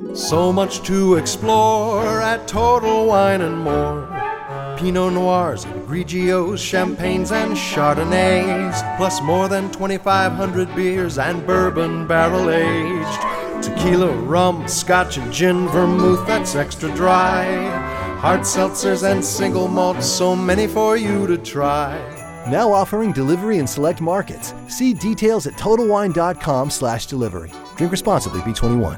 So much to explore at Total Wine & More. Pinot Noirs and Grigios, Champagnes and Chardonnays, plus more than 2,500 beers and bourbon barrel-aged. Tequila, rum, scotch and gin, vermouth that's extra dry. Hard seltzers and single malts, so many for you to try. Now offering delivery in select markets. See details at TotalWine.com/delivery. Drink responsibly, B21.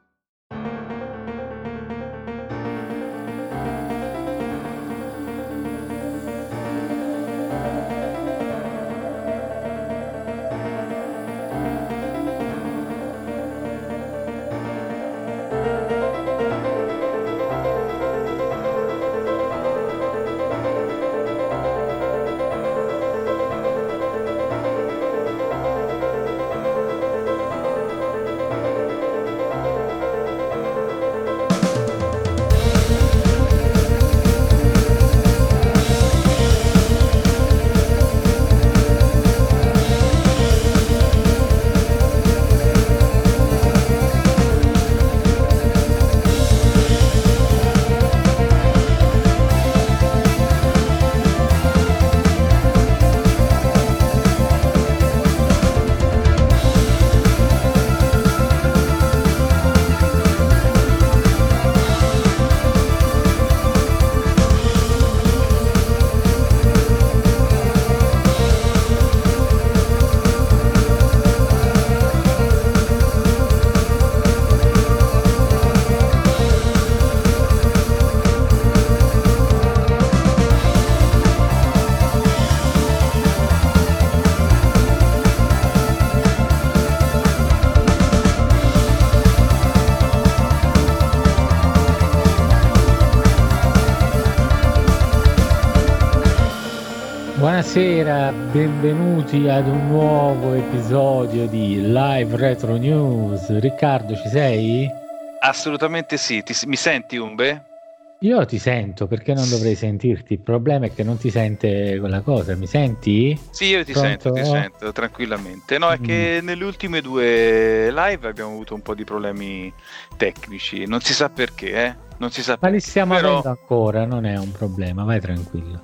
Buonasera, benvenuti ad un nuovo episodio di Live Retro News. Riccardo, ci sei? Assolutamente sì, mi senti, Umbe? Io ti sento, perché non dovrei sentirti? Il problema è che non ti sente quella cosa, mi senti? Sì, io ti Pronto? sento tranquillamente. No, è che nelle ultime due live abbiamo avuto un po' di problemi tecnici, non si sa perché, non si sa Ma li perché, stiamo però... avendo ancora, non è un problema, vai tranquillo.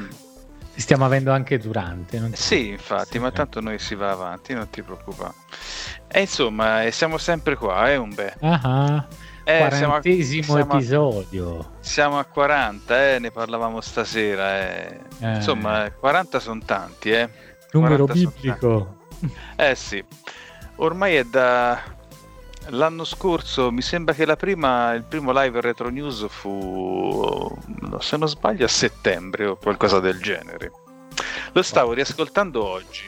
Li stiamo avendo anche durante. Non Sì, infatti, ma tanto noi si va avanti, non ti preoccupare. E insomma, siamo sempre qua, Umbe? Ah, 40° episodio. Siamo a 40, ne parlavamo stasera. Insomma, 40 sono tanti, Numero biblico. Sì, ormai è da l'anno scorso, mi sembra che il primo live Retro News fu, se non sbaglio, a settembre o qualcosa del genere. Lo stavo riascoltando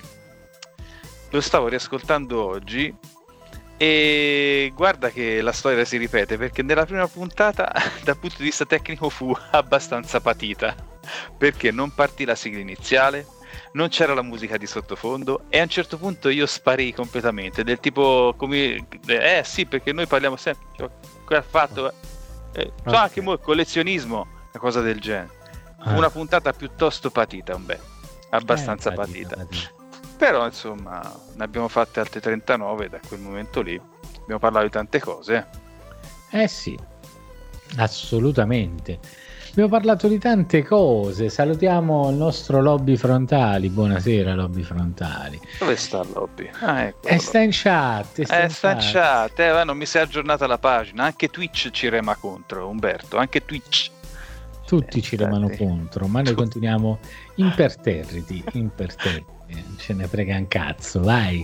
oggi e guarda che la storia si ripete, perché nella prima puntata dal punto di vista tecnico fu abbastanza patita, perché non partì la sigla iniziale, non c'era la musica di sottofondo e a un certo punto io sparii completamente, del tipo come sì, perché noi parliamo sempre ha fatto anche il collezionismo, una cosa del genere. Fu una puntata piuttosto patita, abbastanza patita. Però insomma ne abbiamo fatte altre 39 da quel momento lì, abbiamo parlato di tante cose. Sì, assolutamente. Abbiamo parlato di tante cose. Salutiamo il nostro Lobby Frontali. Buonasera, Lobby Frontali. Dove sta il Lobby? Ecco. Sta in chat. Sta in chat. Non mi si è aggiornata la pagina. Anche Twitch ci rema contro, Umberto. Anche Twitch. Tutti ci remano contro, ma noi continuiamo imperterriti. Non ce ne frega un cazzo, vai.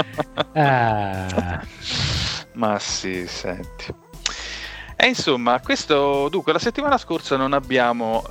Ma sì, senti. E insomma, questo dunque la settimana scorsa non abbiamo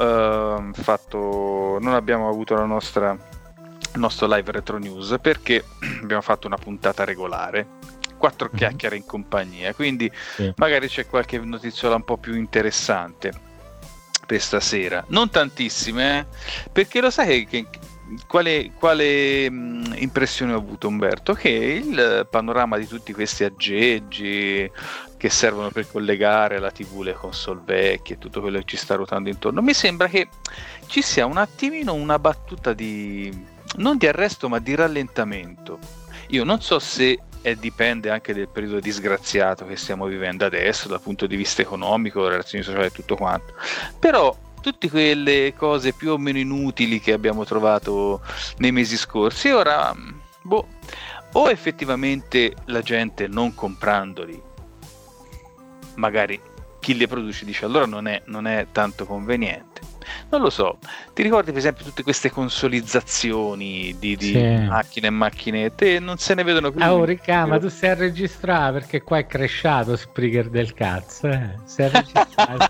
avuto il nostro live Retro News, perché abbiamo fatto una puntata regolare, 4 chiacchiere in compagnia, quindi magari c'è qualche notiziola un po' più interessante per stasera, non tantissime, perché lo sai che quale impressione ho avuto, Umberto? Che il panorama di tutti questi aggeggi che servono per collegare la TV, le console vecchie e tutto quello che ci sta ruotando intorno, mi sembra che ci sia un attimino una battuta non di arresto ma di rallentamento. Io non so se e dipende anche del periodo disgraziato che stiamo vivendo adesso dal punto di vista economico, relazioni sociali e tutto quanto. Però tutte quelle cose più o meno inutili che abbiamo trovato nei mesi scorsi, ora o effettivamente la gente non comprandoli, magari chi le produce dice allora non è tanto conveniente, non lo so. Ti ricordi per esempio tutte queste consolizzazioni di macchine e macchinette, non se ne vedono più. Ricca, ma tu stai a registrare perché qua è crashato Spreaker del cazzo, stai a registrare.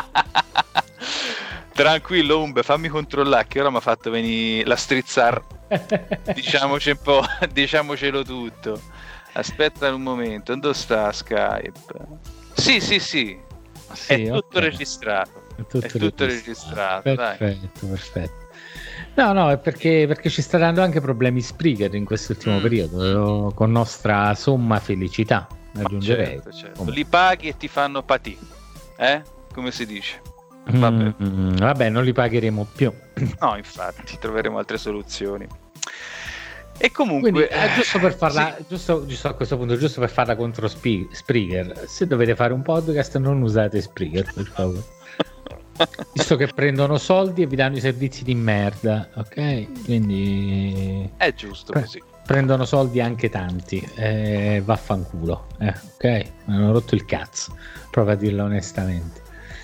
Tranquillo Umbe, fammi controllare che ora mi ha fatto venire la strizzar. Diciamoci un po', diciamocelo tutto. Aspetta un momento, dove sta Skype? Sì, è tutto registrato. È tutto registrato. Perfetto. No, è perché ci sta dando anche problemi Spreaker in quest'ultimo periodo, con nostra somma felicità, aggiungerei. Certo. Li paghi e ti fanno patì, come si dice. Vabbè, non li pagheremo più. No, infatti, troveremo altre soluzioni. E comunque, quindi, giusto per farla, giusto a questo punto, giusto per farla contro Spreaker, se dovete fare un podcast non usate Spreaker, per favore. Visto che prendono soldi e vi danno i servizi di merda, ok? Quindi è giusto così. Prendono soldi anche tanti, vaffanculo, ok? Mi hanno rotto il cazzo, provo a dirlo onestamente.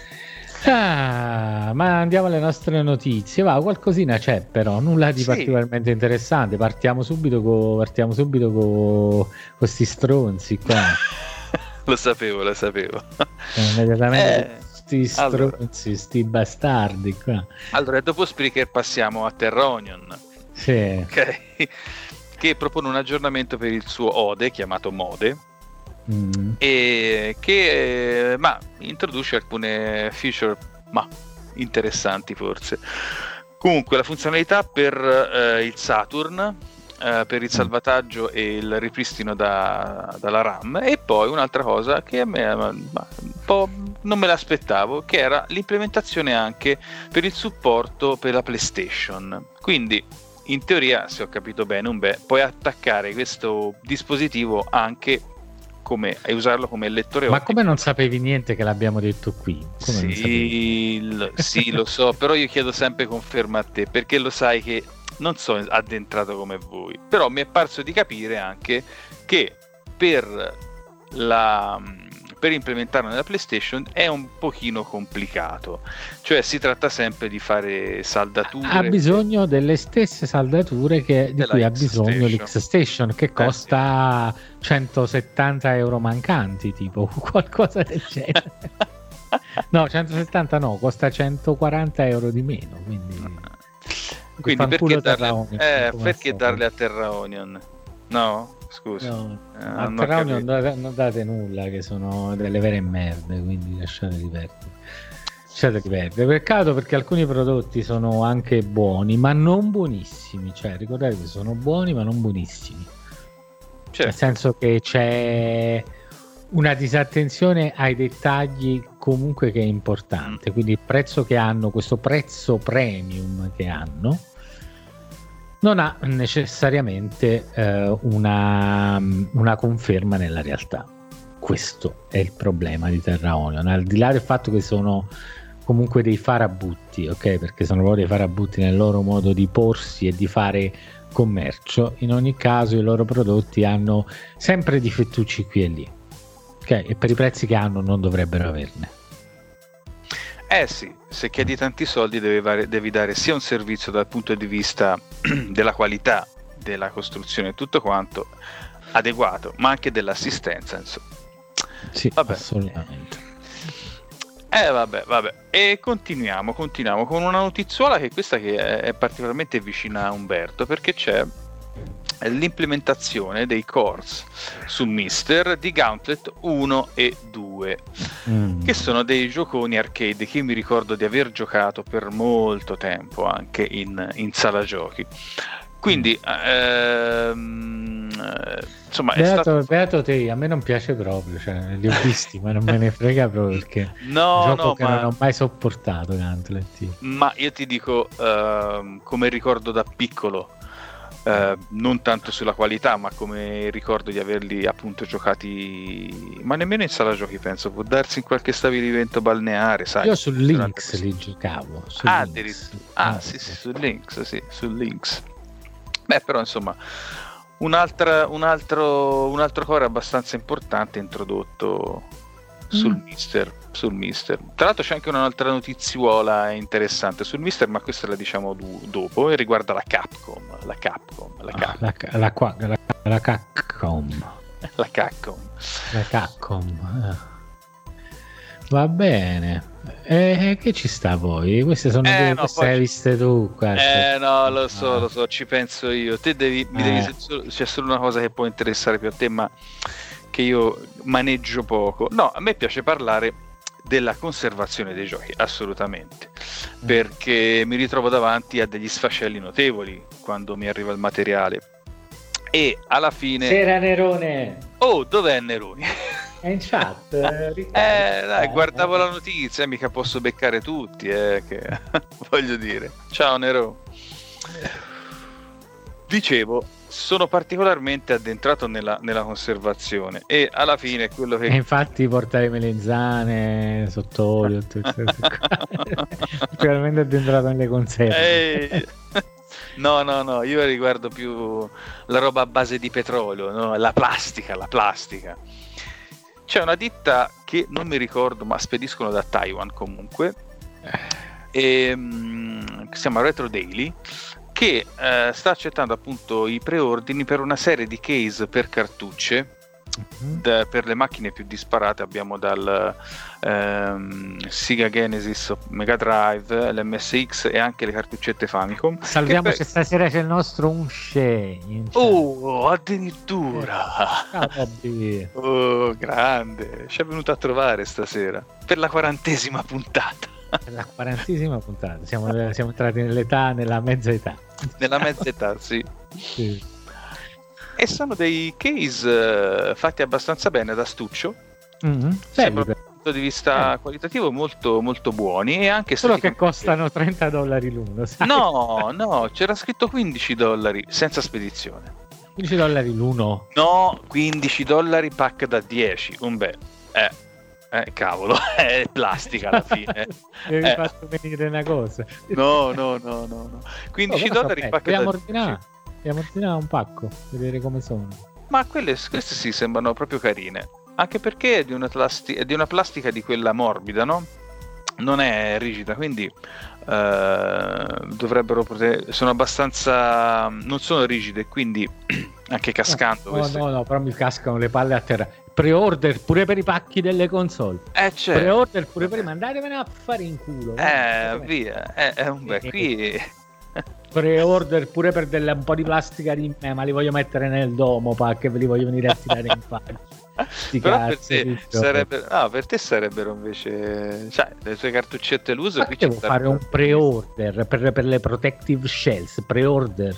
Ma andiamo alle nostre notizie. Qualcosina c'è, però nulla di particolarmente interessante. Partiamo subito con questi stronzi qua. Lo sapevo. Immediatamente sti stronzi, sti bastardi qua. Allora, dopo Spreaker passiamo a Terronion. Sì. Ok. Che propone un aggiornamento per il suo Ode, chiamato Mode. E che introduce alcune feature interessanti forse. Comunque la funzionalità per il Saturn, per il salvataggio e il ripristino dalla RAM, e poi un'altra cosa che a me un po' non me l'aspettavo, che era l'implementazione anche per il supporto per la PlayStation. Quindi in teoria, se ho capito bene, puoi attaccare questo dispositivo anche e usarlo come lettore ottico. Ma come non sapevi niente che l'abbiamo detto qui? Sì, lo so, però io chiedo sempre conferma a te, perché lo sai che non sono addentrato come voi, però mi è parso di capire anche che per implementarlo nella PlayStation è un pochino complicato, cioè si tratta sempre di fare saldature. Ha bisogno delle stesse saldature di cui ha bisogno l'X-Station, che costa 170 euro mancanti, tipo qualcosa del genere. No, 170 no, costa 140 euro di meno, quindi perché darle a Terronion? No? Scusa, a Terronion non date nulla, che sono delle vere merde, quindi lasciateli perdere. Peccato, perché alcuni prodotti sono anche buoni ma non buonissimi, cioè ricordate che sono buoni ma non buonissimi, nel senso che c'è una disattenzione ai dettagli comunque che è importante. Quindi il prezzo che hanno, questo prezzo premium che hanno, non ha necessariamente una conferma nella realtà. Questo è il problema di Terronion, al di là del fatto che sono comunque dei farabutti, ok? Perché sono proprio dei farabutti nel loro modo di porsi e di fare commercio. In ogni caso i loro prodotti hanno sempre difettucci qui e lì, ok? E per i prezzi che hanno non dovrebbero averne. Sì, se chiedi tanti soldi devi dare sia un servizio dal punto di vista della qualità della costruzione e tutto quanto adeguato, ma anche dell'assistenza, insomma. Sì, vabbè. Assolutamente. Vabbè. E continuiamo con una notizuola, che questa che è particolarmente vicina a Umberto, perché c'è l'implementazione dei cores su Mister di Gauntlet 1 e 2, che sono dei gioconi arcade che io mi ricordo di aver giocato per molto tempo anche in sala giochi. Quindi insomma beato te, a me non piace proprio, cioè li ho visti ma non me ne frega proprio, perché non ho mai sopportato Gauntlet. Ma io ti dico, come ricordo da piccolo, non tanto sulla qualità, ma come ricordo di averli appunto giocati, ma nemmeno in sala giochi penso, può darsi in qualche stabilimento balneare, sai. Io sul Lynx li giocavo. Sì, sul Lynx. Beh, però insomma un altro core abbastanza importante introdotto sul Mister. Tra l'altro c'è anche un'altra notiziuola interessante sul Mister, ma questa la diciamo dopo, e riguarda la Capcom. La Capcom. Va bene. Che ci sta poi? Queste sono queste hai viste tu? No, lo so, ci penso io. C'è solo una cosa che può interessare più a te, ma che io maneggio poco. No, a me piace parlare della conservazione dei giochi, assolutamente, perché mi ritrovo davanti a degli sfascelli notevoli quando mi arriva il materiale, e alla fine c'era Nerone. Oh, dov'è Neroni? È in chat. Dai, guardavo la notizia, mica posso beccare tutti, che voglio dire. Ciao Nero. Dicevo, sono particolarmente addentrato nella conservazione, e alla fine quello che... E infatti portare melenzane, sottolio, particolarmente addentrato nelle conserve. No, io riguardo più la roba a base di petrolio, no? La plastica. C'è una ditta che non mi ricordo, ma spediscono da Taiwan comunque, e si chiama Retro Daily, che sta accettando appunto i preordini per una serie di case per cartucce, per le macchine più disparate. Abbiamo dal Sega Genesis, Mega Drive, l'MSX e anche le cartuccette Famicom. Salviamoci, stasera c'è il nostro Unshe. Oh, addirittura! Oh, grande! Ci è venuto a trovare stasera per la 40ª puntata. La 40ª puntata, siamo entrati nella mezza età. Nella mezza età, sì. E sono dei case fatti abbastanza bene, da stuccio. Sembra dal punto di vista qualitativo molto molto buoni, e anche solo che costano $30 l'uno, sai? No, c'era scritto $15 senza spedizione. $15 l'uno? No, $15 pack da 10, un bel. Cavolo, è plastica alla fine. Mi hai fatto venire una cosa. No. $15 pack da 10. Andiamo a ordinare un pacco, vedere come sono. Ma queste sì, sembrano proprio carine, anche perché è di una plastica di quella morbida, no? Non è rigida, quindi dovrebbero sono abbastanza, non sono rigide, quindi anche cascando no, però mi cascano le palle a terra. Pre-order pure per i pacchi delle console. Certo. Pre-order pure per mandatevene a fare in culo. Via, qui pre-order pure per un po' di plastica di me, ma li voglio mettere nel domo, che ve li voglio venire a tirare in faccia. Però per te sarebbero invece, cioè, le tue cartuccette l'uso. Qui devo fare un pre-order per le protective shells. Pre-order.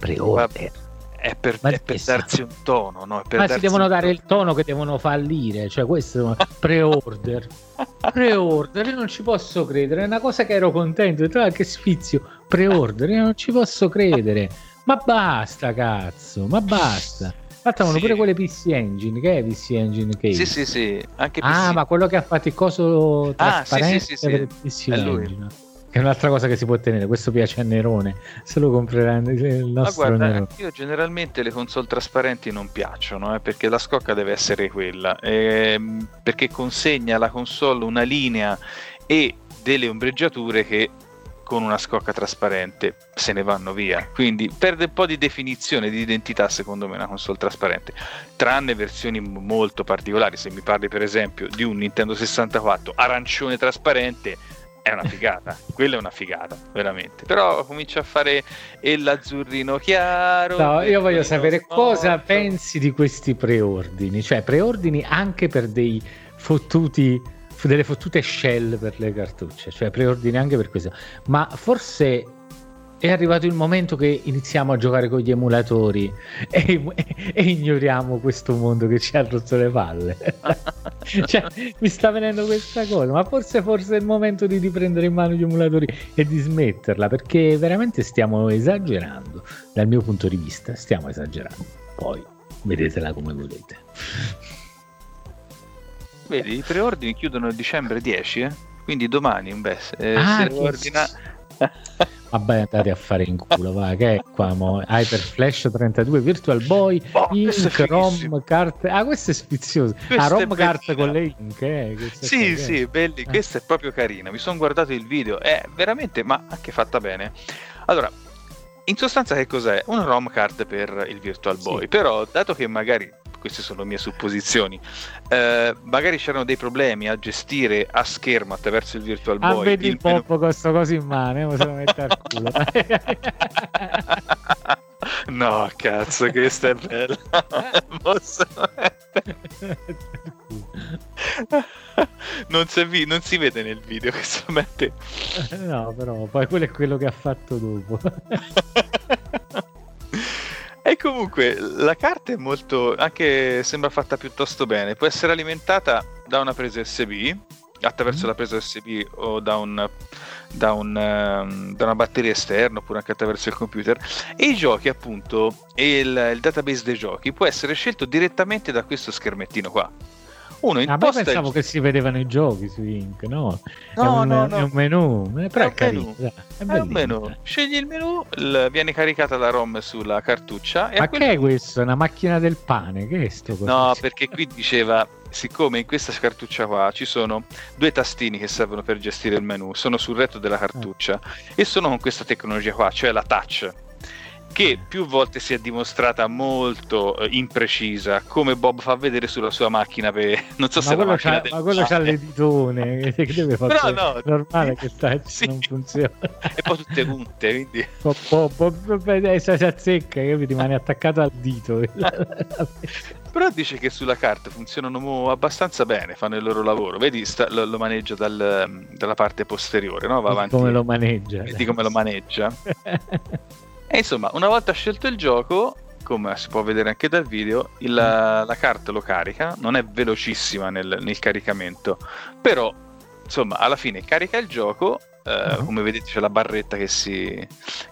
È per darsi un tono, no? Si devono dare il tono che devono fallire, cioè questo pre-order. Pre-order, io non ci posso credere, è una cosa che ero contento, tra che sfizio. Pre-order, io non ci posso credere. Ma basta, cazzo, ma basta. Fattavano pure quelle PC Engine, che è PC Engine case? Sì, anche PC. Ma quello che ha fatto il coso trasparente per il PC Engine. Che è un'altra cosa che si può tenere, questo piace a Nerone, se lo compreranno il nostro. Ma guarda, Nerone. Io generalmente le console trasparenti non piacciono, perché la scocca deve essere quella, perché consegna alla console una linea e delle ombreggiature che con una scocca trasparente se ne vanno via, quindi perde un po' di definizione, di identità, secondo me, una console trasparente, tranne versioni molto particolari. Se mi parli per esempio di un Nintendo 64 arancione trasparente, è una figata, quella è una figata veramente, però comincia a fare l'azzurrino chiaro. No, io voglio sapere cosa pensi di questi preordini, cioè preordini anche per delle fottute shell per le cartucce, cioè preordini anche per questo, ma forse è arrivato il momento che iniziamo a giocare con gli emulatori e ignoriamo questo mondo che ci ha rotto le palle. Cioè, mi sta venendo questa cosa, ma forse è il momento di riprendere in mano gli emulatori e di smetterla, perché veramente stiamo esagerando. Dal mio punto di vista stiamo esagerando, poi vedetela come volete. Vedi, i preordini chiudono il dicembre 10, quindi domani se ordina... Vabbè, andate a fare in culo, va, che è qua Hyper Flash 32 Virtual Boy, Ink, ROM, carte. Questo è sfizioso. ROM, carte con le ink, sì, belli. Questa è proprio carina. Mi sono guardato il video, è veramente, ma anche fatta bene. Allora, in sostanza che cos'è? Un ROM card per il Virtual Boy, sì. Però dato che magari, queste sono mie supposizioni, magari c'erano dei problemi a gestire a schermo attraverso il Virtual Boy. Vedi il Pop con sto coso in mano, se lo mette al culo. No, cazzo, che questa è bella. Non si vede nel video che se lo mette. No, però poi quello è quello che ha fatto dopo. E comunque la carta è molto, anche sembra fatta piuttosto bene. Può essere alimentata da una presa USB, attraverso la presa USB o da una batteria esterna, oppure anche attraverso il computer. E i giochi, appunto, e il database dei giochi può essere scelto direttamente da questo schermettino qua. Uno imposta. Pensavo che si vedevano i giochi su Ink, no? No, è un menu, però è carino. È un menu. Scegli il menu, viene caricata la ROM sulla cartuccia. Ma che è questo? È una macchina del pane? Che è sto cosa? No, perché qui diceva, siccome in questa cartuccia qua ci sono 2 tastini che servono per gestire il menu, sono sul retro della cartuccia e sono con questa tecnologia qua, cioè la touch, che più volte si è dimostrata molto imprecisa, come Bob fa vedere sulla sua macchina non so se la macchina ma quello c'ha l'editone che deve fare. Però no, normale che touch non funziona e poi tutte punte, quindi si azzecca, che rimane attaccato al dito. Però dice che sulla carta funzionano abbastanza bene, fanno il loro lavoro. Vedi, lo maneggia dalla parte posteriore, no? Va avanti. Come lo maneggia. Vedi come lo maneggia. E insomma, una volta scelto il gioco, come si può vedere anche dal video, la carta lo carica, non è velocissima nel caricamento, però insomma alla fine carica il gioco, come vedete c'è la barretta che si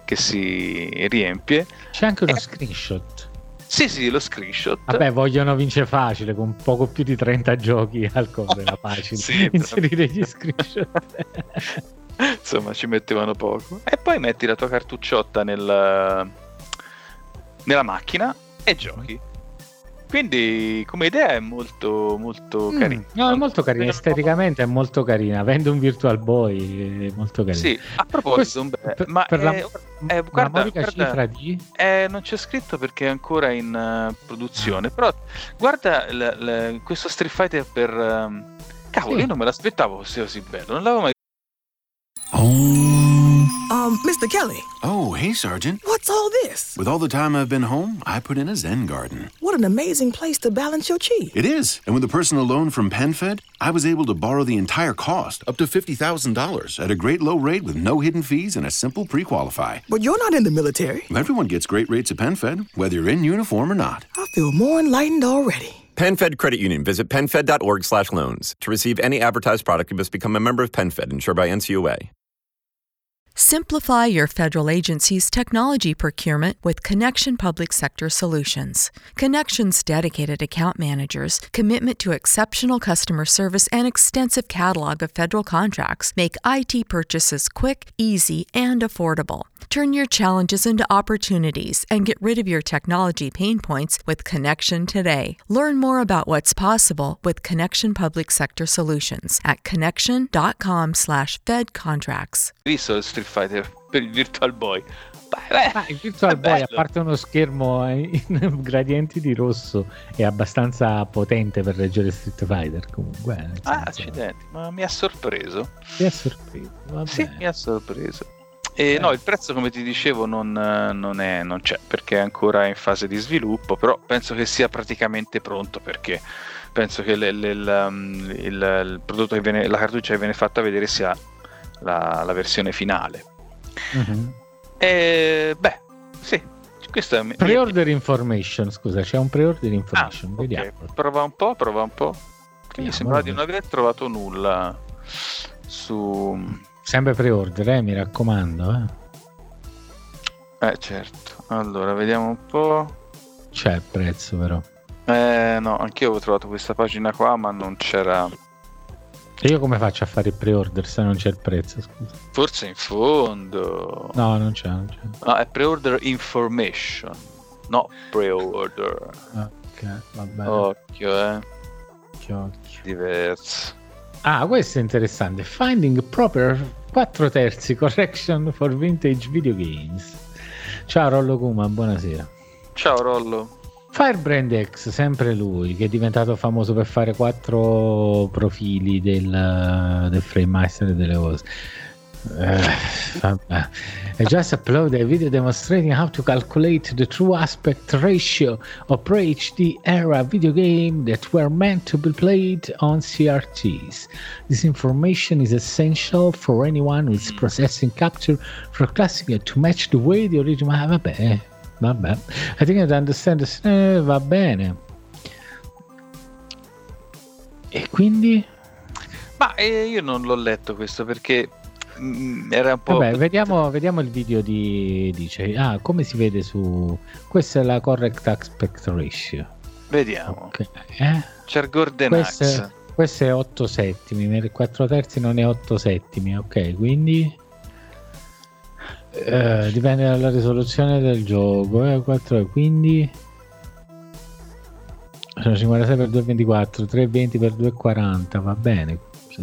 riempie. C'è anche uno screenshot. Sì, lo screenshot. Vabbè, vogliono vincere facile, con poco più di 30 giochi al cover, era facile sì, inserire gli screenshot. Insomma, ci mettevano poco. E poi metti la tua cartucciotta nella macchina e giochi. Quindi come idea è molto molto carina. No, è molto carina, esteticamente è molto carina. Vende un Virtual Boy, è molto carina. Sì, a proposito, guarda, cifra di? Non c'è scritto perché è ancora in produzione. Però guarda questo Street Fighter per cavolo, io non me l'aspettavo fosse così bello. Non l'avevo mai. Mr. Kelly. Oh, hey, Sergeant. What's all this? With all the time I've been home, I put in a Zen garden. What an amazing place to balance your chi. It is. And with a personal loan from PenFed, I was able to borrow the entire cost, up to $50,000, at a great low rate with no hidden fees and a simple pre-qualify. But you're not in the military. Everyone gets great rates at PenFed, whether you're in uniform or not. I feel more enlightened already. PenFed Credit Union. Visit PenFed.org/loans. To receive any advertised product, you must become a member of PenFed, insured by NCUA. Simplify your federal agency's technology procurement with Connection Public Sector Solutions. Connection's dedicated account managers, commitment to exceptional customer service, and extensive catalog of federal contracts make IT purchases quick, easy, and affordable. Turn your challenges into opportunities and get rid of your technology pain points with Connection today. Learn more about what's possible with Connection Public Sector Solutions at connection.com/fedcontracts. Visto il Street Fighter per il Virtual Boy? Il Virtual Boy, a parte uno schermo in gradienti di rosso, è abbastanza potente per reggere Street Fighter comunque. Accidenti, ma mi ha sorpreso. Ti ha sorpreso? Vabbè. Sì, mi ha sorpreso. No, il prezzo, come ti dicevo, non c'è, perché è ancora in fase di sviluppo, però penso che sia praticamente pronto, perché penso che il prodotto che viene, la cartuccia che viene fatta vedere sia la versione finale. Beh, sì, questo è pre-order information, scusa, c'è un pre-order information, vediamo. Okay. Prova un po'. Che mi sembra di non aver trovato nulla su... Sempre pre-order, mi raccomando. Certo. Allora, vediamo un po'. C'è il prezzo però. No, anch'io avevo trovato questa pagina qua, ma non c'era... E io come faccio a fare il pre-order se non c'è il prezzo, scusa? Forse in fondo. No, non c'è. No, è pre-order information, no pre-order. Ok, va bene. Occhio. Occhio. Diverso. Questo è interessante. Finding proper 4/3 correction for vintage video games. Ciao Rollo Kuma, buonasera. Ciao Rollo. Firebrand X, sempre lui, che è diventato famoso per fare 4 profili del frame master e delle cose. I just uploaded a video demonstrating how to calculate the true aspect ratio of pre-HD era video game that were meant to be played on CRTs. This information is essential for anyone with processing capture for classic to match the way the original. Vabbè, I think I understand. Va bene. E quindi? Ma io non l'ho letto questo perché era un po'... Vabbè, vediamo il video dice. Come si vede su... Questa è la correct aspect ratio. Vediamo. Okay. C'è il Golden Axe. Questo è 8 settimi, il 4/3 non è 8 settimi, ok, quindi... dipende dalla risoluzione del gioco, 4, quindi sono 56x224, 320x240, va bene.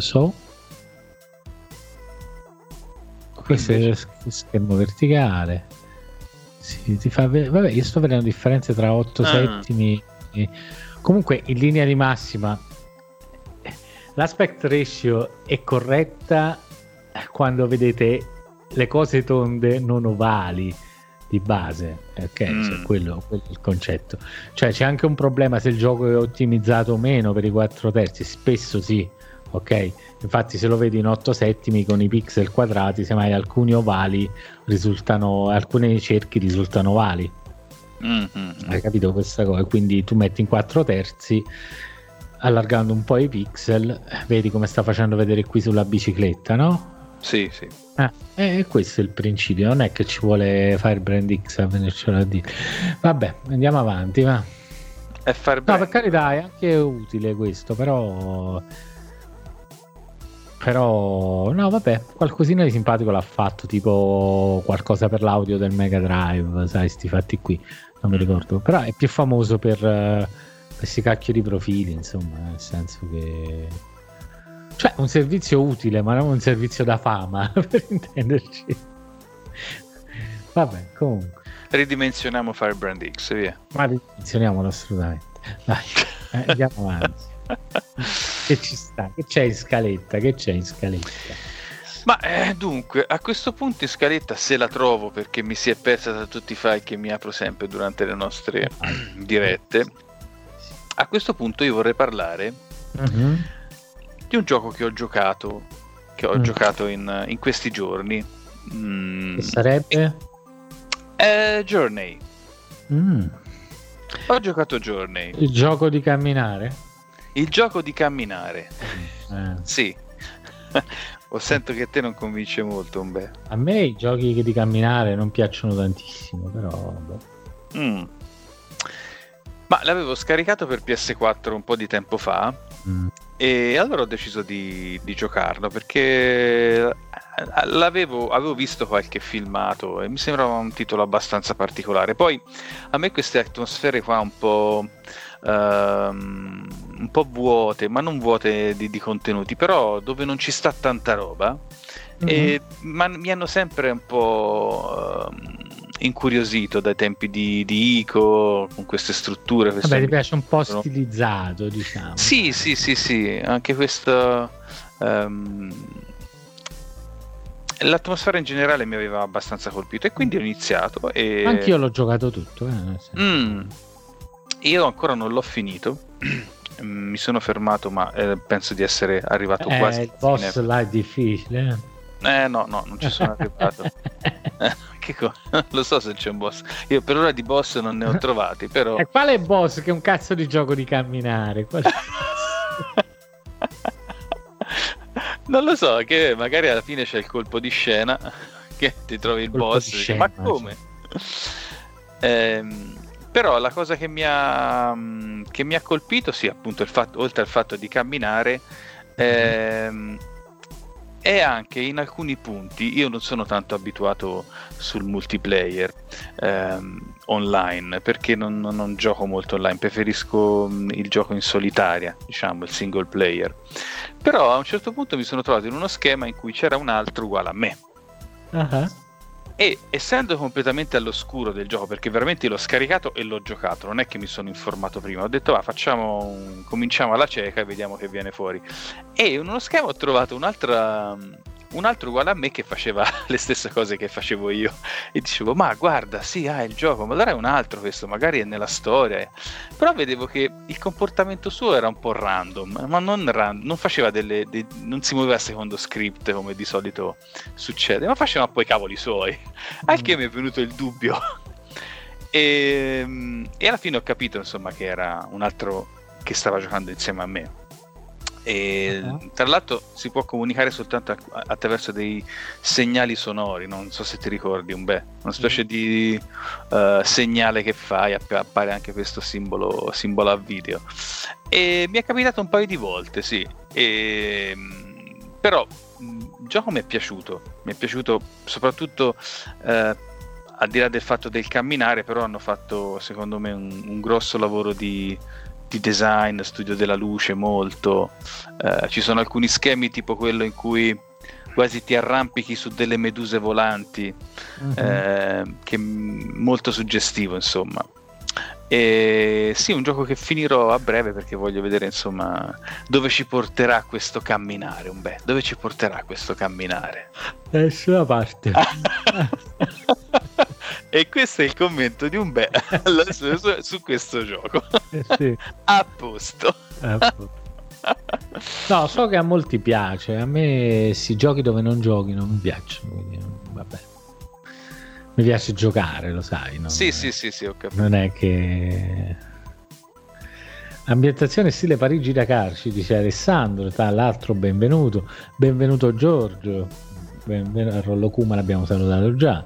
Questo è schermo verticale. Ti fa vabbè, io sto vedendo differenze tra 8 settimi comunque in linea di massima l'aspect ratio è corretta quando vedete le cose tonde non ovali di base, ok? Cioè, quello è il concetto. Cioè c'è anche un problema se il gioco è ottimizzato o meno per i 4/3, spesso sì, ok? Infatti se lo vedi in 8 settimi con i pixel quadrati, semmai alcuni ovali risultano, alcuni cerchi risultano ovali. Hai capito questa cosa? Quindi tu metti in 4/3 allargando un po' i pixel, vedi come sta facendo vedere qui sulla bicicletta, no? Sì. Questo è il principio, non è che ci vuole Firebrand X a venercelo a dire. Vabbè, andiamo avanti, va. No, per carità, è anche utile questo, però no, vabbè, qualcosina di simpatico l'ha fatto, tipo qualcosa per l'audio del Mega Drive, sai, sti fatti qui, non mi ricordo, però è più famoso per questi cacchio di profili, insomma, nel senso che... Cioè, un servizio utile, ma non un servizio da fama, per intenderci. Vabbè, comunque. Ridimensioniamo Firebrand X, via. Ma ridimensioniamolo assolutamente. Dai, andiamo avanti. Che ci sta? Che c'è in scaletta? Ma dunque, a questo punto in scaletta, se la trovo, perché mi si è persa da tutti i file che mi apro sempre durante le nostre dirette, a questo punto io vorrei parlare... di un gioco che ho giocato in questi giorni. Che sarebbe? Journey. Ho giocato Journey. Il gioco di camminare? Il gioco di camminare. Sì. Sento che a te non convince molto, Umberto. A me i giochi di camminare non piacciono tantissimo, però ma l'avevo scaricato per PS4 un po' di tempo fa e allora ho deciso di giocarlo perché avevo visto qualche filmato e mi sembrava un titolo abbastanza particolare. Poi a me queste atmosfere qua un po' vuote, ma non vuote di contenuti, però dove non ci sta tanta roba, ma mi hanno sempre un po' incuriosito dai tempi di Ico, con queste strutture. Vabbè, ti piace un po' stilizzato, diciamo. Sì, anche questo l'atmosfera in generale mi aveva abbastanza colpito e quindi ho iniziato e... Anch'io l'ho giocato tutto. Io ancora non l'ho finito. Mi sono fermato, ma penso di essere arrivato quasi il boss là è difficile. No, non ci sono arrivato. Non lo so se c'è un boss. Io per ora di boss non ne ho trovati, però. E quale boss? Che è un cazzo di gioco di camminare? Non lo so, che magari alla fine c'è il colpo di scena che ti trovi il boss. Scena, ma come? Però la cosa che mi ha colpito, sì, appunto il fatto, oltre al fatto di camminare, è anche in alcuni punti, io non sono tanto abituato sul multiplayer online, perché non gioco molto online, preferisco il gioco in solitaria, diciamo il single player. Però a un certo punto mi sono trovato in uno schema in cui c'era un altro uguale a me. E essendo completamente all'oscuro del gioco, perché veramente l'ho scaricato e l'ho giocato, non è che mi sono informato prima, ho detto cominciamo alla cieca e vediamo che viene fuori. E in uno schema ho trovato un altro uguale a me che faceva le stesse cose che facevo io, e dicevo ma guarda, sì, è il gioco, ma allora è un altro questo, magari è nella storia. Però vedevo che il comportamento suo era un po' random, ma non faceva non si muoveva secondo script come di solito succede, ma faceva poi i cavoli suoi, al che mi è venuto il dubbio e alla fine ho capito insomma che era un altro che stava giocando insieme a me. E tra l'altro si può comunicare soltanto attraverso dei segnali sonori, non so se ti ricordi, una specie di segnale che fai, appare anche questo simbolo a video, e mi è capitato un paio di volte, sì, però il gioco mi è piaciuto soprattutto al di là del fatto del camminare, però hanno fatto secondo me un grosso lavoro di design, studio della luce molto. Ci sono alcuni schemi tipo quello in cui quasi ti arrampichi su delle meduse volanti, che è molto suggestivo insomma. E sì, un gioco che finirò a breve perché voglio vedere insomma dove ci porterà questo camminare, dove ci porterà questo camminare da nessuna parte. E questo è il commento di Umbè su questo gioco. Sì. A posto. No, so che a molti piace, a me si giochi dove non giochi non mi piacciono, quindi vabbè. Mi piace giocare, lo sai, no? Sì, ho capito. Non è che ambientazione stile Parigi Dakar, ci dice Alessandro, tra l'altro benvenuto Giorgio, Rollo Kuma l'abbiamo salutato già.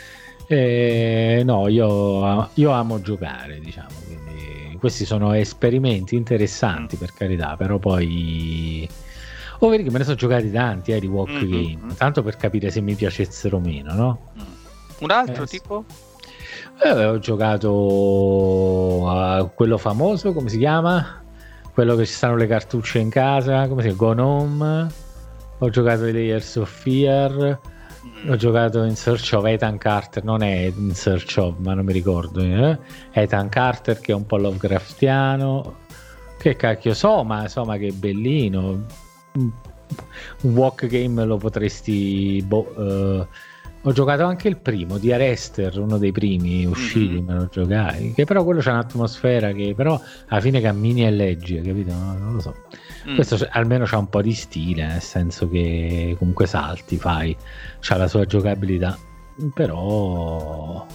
No, io amo giocare, diciamo, quindi questi sono esperimenti interessanti per carità, però poi vedi che me ne sono giocati tanti di walk game, tanto per capire se mi piacessero o meno, no? Un altro tipo? Ho giocato a quello famoso, come si chiama? Quello che ci stanno le cartucce in casa, come si chiama? Gone Home. Ho giocato ai Layers of Fear. Ho giocato in Search of Ethan Carter, non è in Search of, ma non mi ricordo. Ethan Carter, che è un po' Lovecraftiano. Che cacchio so, ma insomma che bellino. Un walk game lo potresti... ho giocato anche il primo di Arrester, uno dei primi usciti, me lo giocai, che però quello c'ha un'atmosfera che però alla fine cammini e leggi, capito? Non lo so. Questo almeno c'ha un po' di stile, nel senso che comunque salti, c'ha la sua giocabilità, però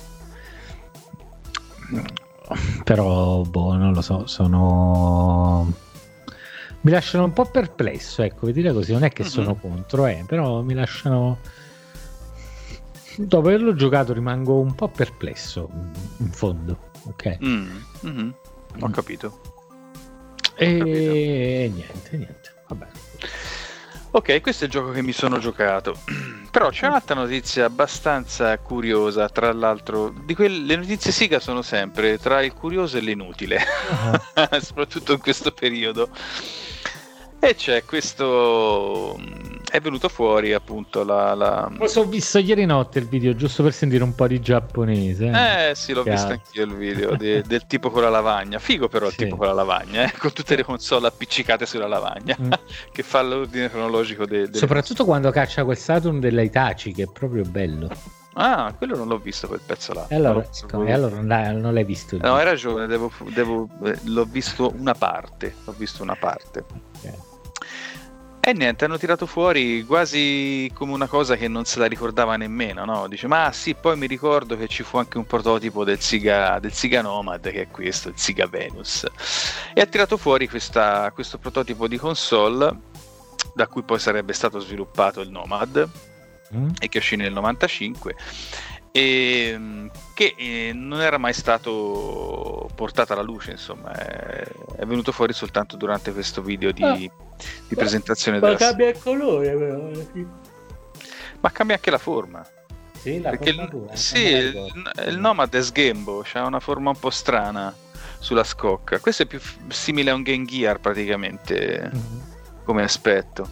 non lo so, mi lasciano un po' perplesso, ecco, vi dire così, non è che sono contro, però mi lasciano... Dopo averlo giocato rimango un po' perplesso in fondo, ok? Ho capito. E niente, vabbè. Ok, questo è il gioco che mi sono giocato. Però c'è un'altra notizia abbastanza curiosa, tra l'altro. Le notizie Sega sono sempre tra il curioso e l'inutile, soprattutto in questo periodo. E c'è questo... È venuto fuori appunto Ho visto ieri notte il video giusto per sentire un po' di giapponese. Sì, l'ho visto anch'io il video del tipo con la lavagna. Figo però il tipo con la lavagna, con tutte le console appiccicate sulla lavagna, che fa l'ordine cronologico soprattutto quando caccia quel Saturn della Hitachi, che è proprio bello. Ah, quello non l'ho visto, quel pezzo là. E allora non l'hai visto? No, hai ragione, l'ho visto una parte. Okay. E niente, hanno tirato fuori quasi come una cosa che non se la ricordava nemmeno, no? Dice, ma sì, poi mi ricordo che ci fu anche un prototipo del Siga Nomad, che è questo, il Siga Venus. E ha tirato fuori questo prototipo di console, da cui poi sarebbe stato sviluppato il Nomad, e che uscì nel 95, e che non era mai stato portato alla luce, insomma, è venuto fuori soltanto durante questo video di presentazione della... Ma cambia il colore però. Ma cambia anche la forma. Sì, la perché formatura, il Nomad è sghembo, c'ha una forma un po' strana sulla scocca. Questo è più simile a un Game Gear praticamente, come aspetto.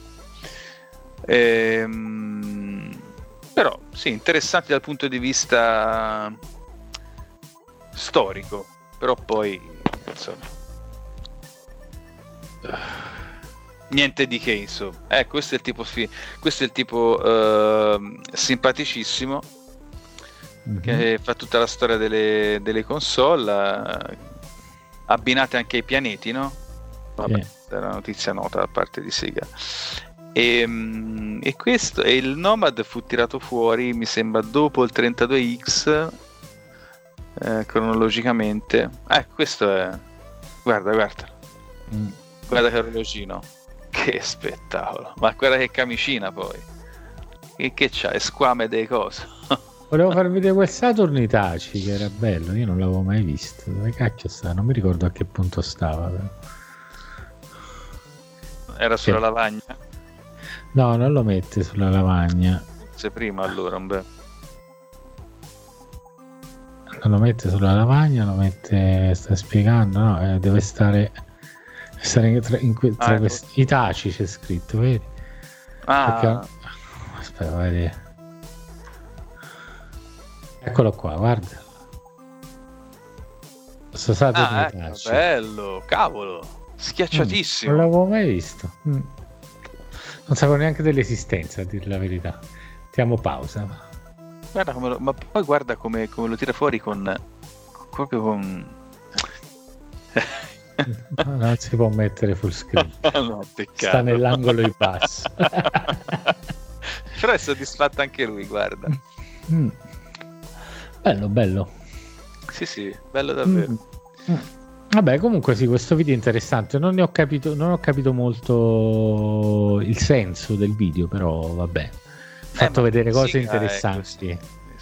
Però sì, interessante dal punto di vista storico, però poi insomma niente di che, insomma. Questo è il tipo simpaticissimo, che fa tutta la storia delle console, abbinate anche ai pianeti, no? Vabbè, era una notizia nota da parte di Sega. E questo, e il Nomad fu tirato fuori, mi sembra, dopo il 32X, cronologicamente. Questo è, guarda che orologino, che spettacolo, ma guarda che camicina poi, che c'ha, è squame dei cosi. Volevo farvi vedere quel Saturn Itachi, che era bello, io non l'avevo mai visto. Dove cacchio sta? Non mi ricordo a che punto stava però. Era sulla lavagna? No, non lo mette sulla lavagna. Se prima allora non lo mette sulla lavagna, lo mette, sta spiegando, no? Deve stare tra questi Itachi, c'è scritto, vedi? Perché... aspetta, vai a vedere. Eccolo qua, guarda. Questo Saturn Itachi. Bello, cavolo, schiacciatissimo. Non l'avevo mai visto. Non sapevo neanche dell'esistenza, a dire la verità. Mettiamo pausa. Guarda ma poi guarda come lo tira fuori proprio con... non si può mettere full screen. No, peccato. Sta nell'angolo in basso. Però è soddisfatto anche lui, guarda. Bello. Sì, bello davvero. Vabbè, comunque sì, questo video è interessante. Non ho capito molto il senso del video, però vabbè. Ho fatto vedere cose interessanti.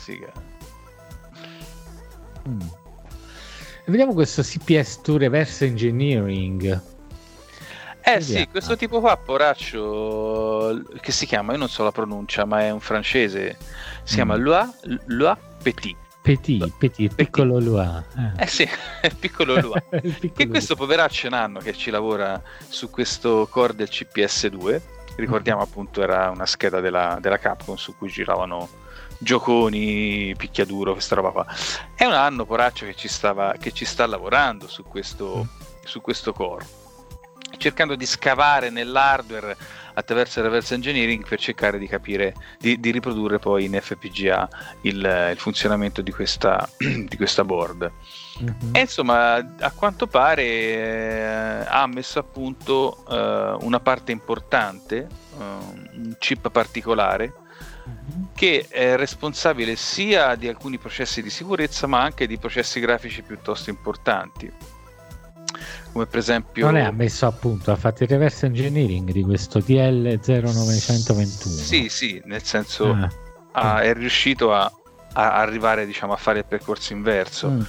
Vediamo questo CPS2 Reverse Engineering. Sì, questo tipo qua, poraccio, che si chiama, io non so la pronuncia, ma è un francese, si chiama Loa Petit. Petit, piccolo Lua. Sì, il piccolo Lua. Che questo poveraccio è un anno che ci lavora su questo core del CPS2. Ricordiamo appunto era una scheda della Capcom su cui giravano gioconi, picchiaduro, questa roba qua. È un anno, poraccio, che ci sta lavorando su questo core, cercando di scavare nell'hardware attraverso il reverse engineering per cercare di capire, di riprodurre poi in FPGA il funzionamento di questa board. E insomma, a quanto pare ha messo a punto una parte importante, un chip particolare che è responsabile sia di alcuni processi di sicurezza ma anche di processi grafici piuttosto importanti, come per esempio... Non è messo a punto, ha fatto il reverse engineering di questo TL0921. Sì, nel senso è riuscito a arrivare, diciamo, a fare il percorso inverso.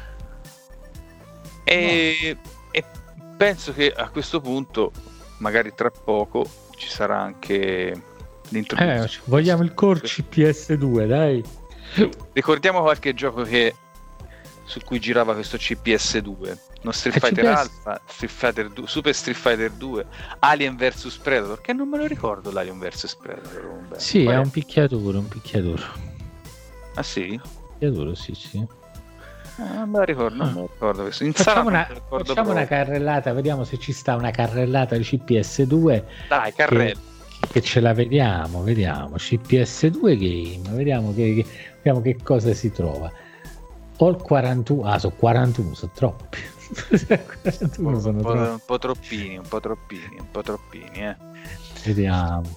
E penso che a questo punto, magari tra poco, ci sarà anche l'introduzione. Vogliamo il core CPS2, dai. Ricordiamo qualche gioco su cui girava questo CPS2. No, Street Fighter Alpha, Street Fighter 2, Super Street Fighter 2, Alien vs Predator, che non me lo ricordo l'Alien vs Predator. Sì, è un picchiaduro. Ah sì? Picchiaduro, sì. Non me lo ricordo questo. Facciamo una carrellata, vediamo se ci sta una carrellata di CPS2. Dai, carrella. Che ce la vediamo. CPS2 game, vediamo che cosa si trova. All 41, sono 41, sono troppi. 41 sono troppi. Un po' troppini. Vediamo.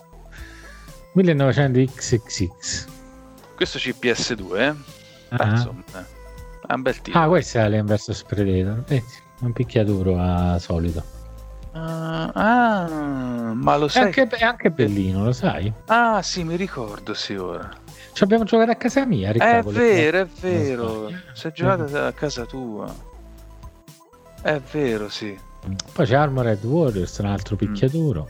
1900XXX. Questo CPS2, insomma, è un bel titolo. Questo è Alien vs Predator. Vedi, un picchiaduro a solito. Ma lo sai? È anche bellino, lo sai? Ah, sì, mi ricordo, sì, ora. Ci abbiamo giocato a casa mia, Riccardo. È vero. Sei giocato a casa tua. È vero, sì. Poi c'è Armored Warriors, un altro picchiaduro.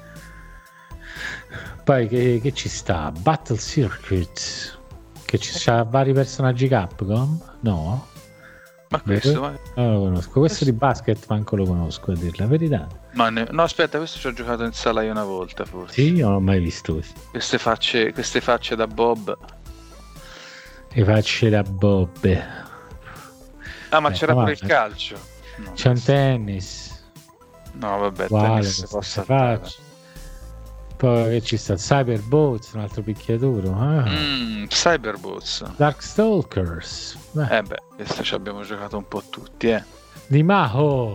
Poi che ci sta? Battle Circuit, che ci sta vari personaggi Capcom? No? Ma questo non lo conosco. Questo di basket manco lo conosco, a dir la verità. No, aspetta, questo ci ho giocato in sala io una volta, forse. Sì, io non l'ho mai visto questo. Queste facce da Bob. Le facce da Bob. Ma c'era pure il calcio. No, c'è un tennis. No, vabbè, tennis posso faccia. Poi che ci sta? Cyberbots, un altro picchiaduro. Cyberbots. Darkstalkers. Questo ci abbiamo giocato un po' tutti, Di Maho.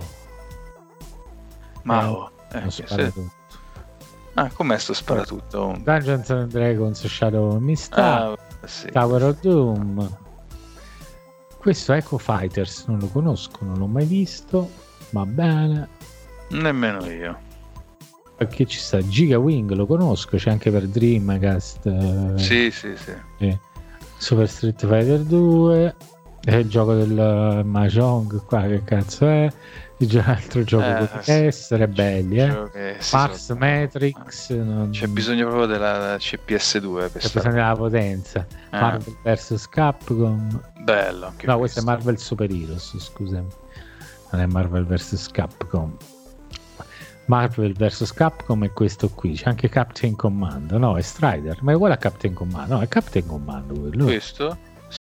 Com'è sto sparatutto? Dungeons and Dragons Shadow Mist, sì. Tower of Doom. Questo Echo Fighters non lo conosco, non l'ho mai visto. Va bene. Nemmeno io. Perché ci sta Giga Wing, lo conosco, c'è anche per Dreamcast. Sì. Super Street Fighter 2. È il gioco del Mahjong qua, che cazzo è? Altro gioco potrebbe essere belli, Mars Matrix. C'è bisogno proprio della CPS2 per c'è bisogno della potenza. Marvel vs Capcom. Bello anche questo è Marvel Super Heroes, scusami, non è Marvel vs Capcom. Marvel vs Capcom è questo qui. C'è anche Captain Command, no, è Strider, ma è uguale a Captain Command, no, è Captain Command quello. Questo?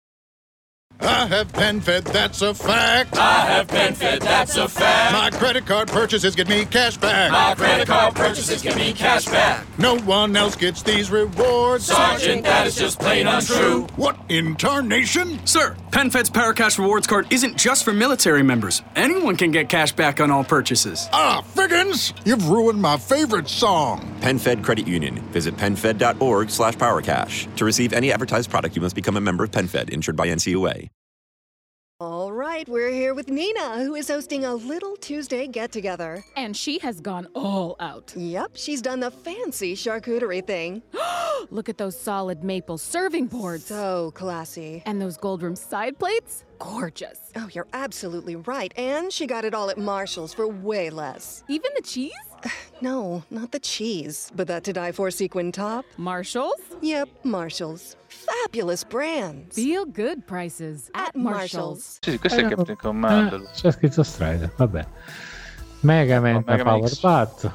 I have PenFed, that's a fact. I have PenFed, that's a fact. My credit card purchases get me cash back. My credit card purchases get me cash back. No one else gets these rewards. Sergeant, that is just plain untrue. What in tarnation? Sir, PenFed's Paracash Rewards card isn't just for military members. Anyone can get cash back on all purchases. Figgins! You've ruined my favorite song. PenFed Credit Union. Visit PenFed.org/PowerCash. To receive any advertised product, you must become a member of PenFed, insured by NCUA. All right, we're here with Nina, who is hosting a little Tuesday get-together. And she has gone all out. Yep, she's done the fancy charcuterie thing. Look at those solid maple serving boards. So classy. And those gold room side plates? Gorgeous. Oh, you're absolutely right. And she got it all at Marshall's for way less. Even the cheese? No, not the cheese, but that to die for sequin top. Marshall's? Yep, Marshall's. Fabulous brands. Feel good prices at Marshall's. Sì, questo è Captain Command. C'è scritto Strider, vabbè. Mega Man Power Bat.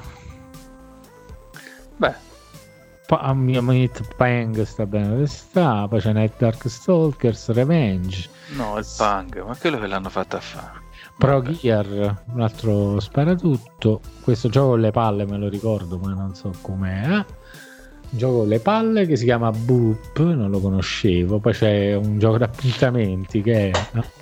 Meat Pang sta bene dove sta. Poi c'è Night Darkstalkers Revenge. No, il Pang, ma quello che l'hanno fatto a fare. Pro Gear, un altro sparatutto. Questo gioco con le palle me lo ricordo, ma non so com'è. Un gioco con le palle che si chiama Boop, non lo conoscevo. Poi c'è un gioco d'appuntamenti che è, no?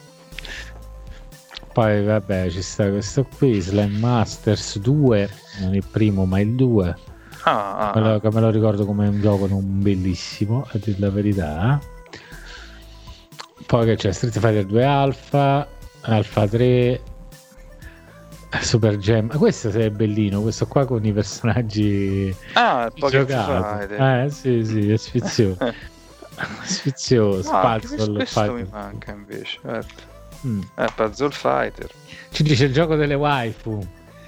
Poi vabbè, ci sta questo qui, Slam Masters 2, non il primo ma il 2. Me lo ricordo come un gioco non bellissimo, a dire la verità. Poi che c'è Street Fighter 2 Alpha 3, Super Gem. Questo è bellino, questo qua con i personaggi giocati. Sì, è sfizioso. Sfizioso. Questo mi manca invece. Puzzle Fighter. Ci dice il gioco delle waifu.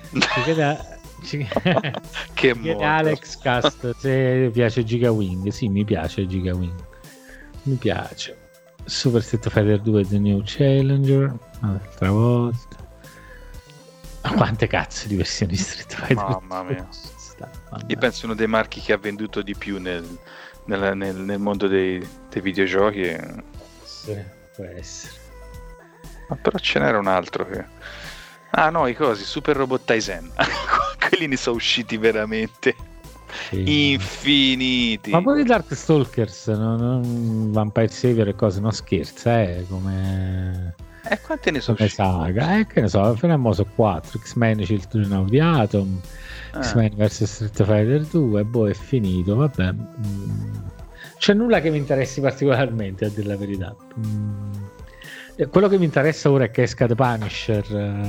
Che modo. Alex Cast se piace Giga Wing. Sì, mi piace Giga Wing. Mi piace. Super Street Fighter 2 The New Challenger. Un'altra volta. Quante cazzo di versioni Street Fighter? Mamma mia. Io penso uno dei marchi che ha venduto di più nel mondo dei videogiochi. Può essere. Ma però ce n'era un altro che... no, i cosi, Super Robot Tyson. Quelli ne sono usciti veramente infiniti. Ma poi i Darkstalkers, non Vampire Savior e cose, non scherza, come... Quante ne sono come saga? Che ne so, fino a mo' sono 4: X-Men Children of the Atom, X-Men vs Street Fighter 2, boh, è finito, vabbè. C'è nulla che mi interessi particolarmente, a dire la verità. Quello che mi interessa ora è che esca The Punisher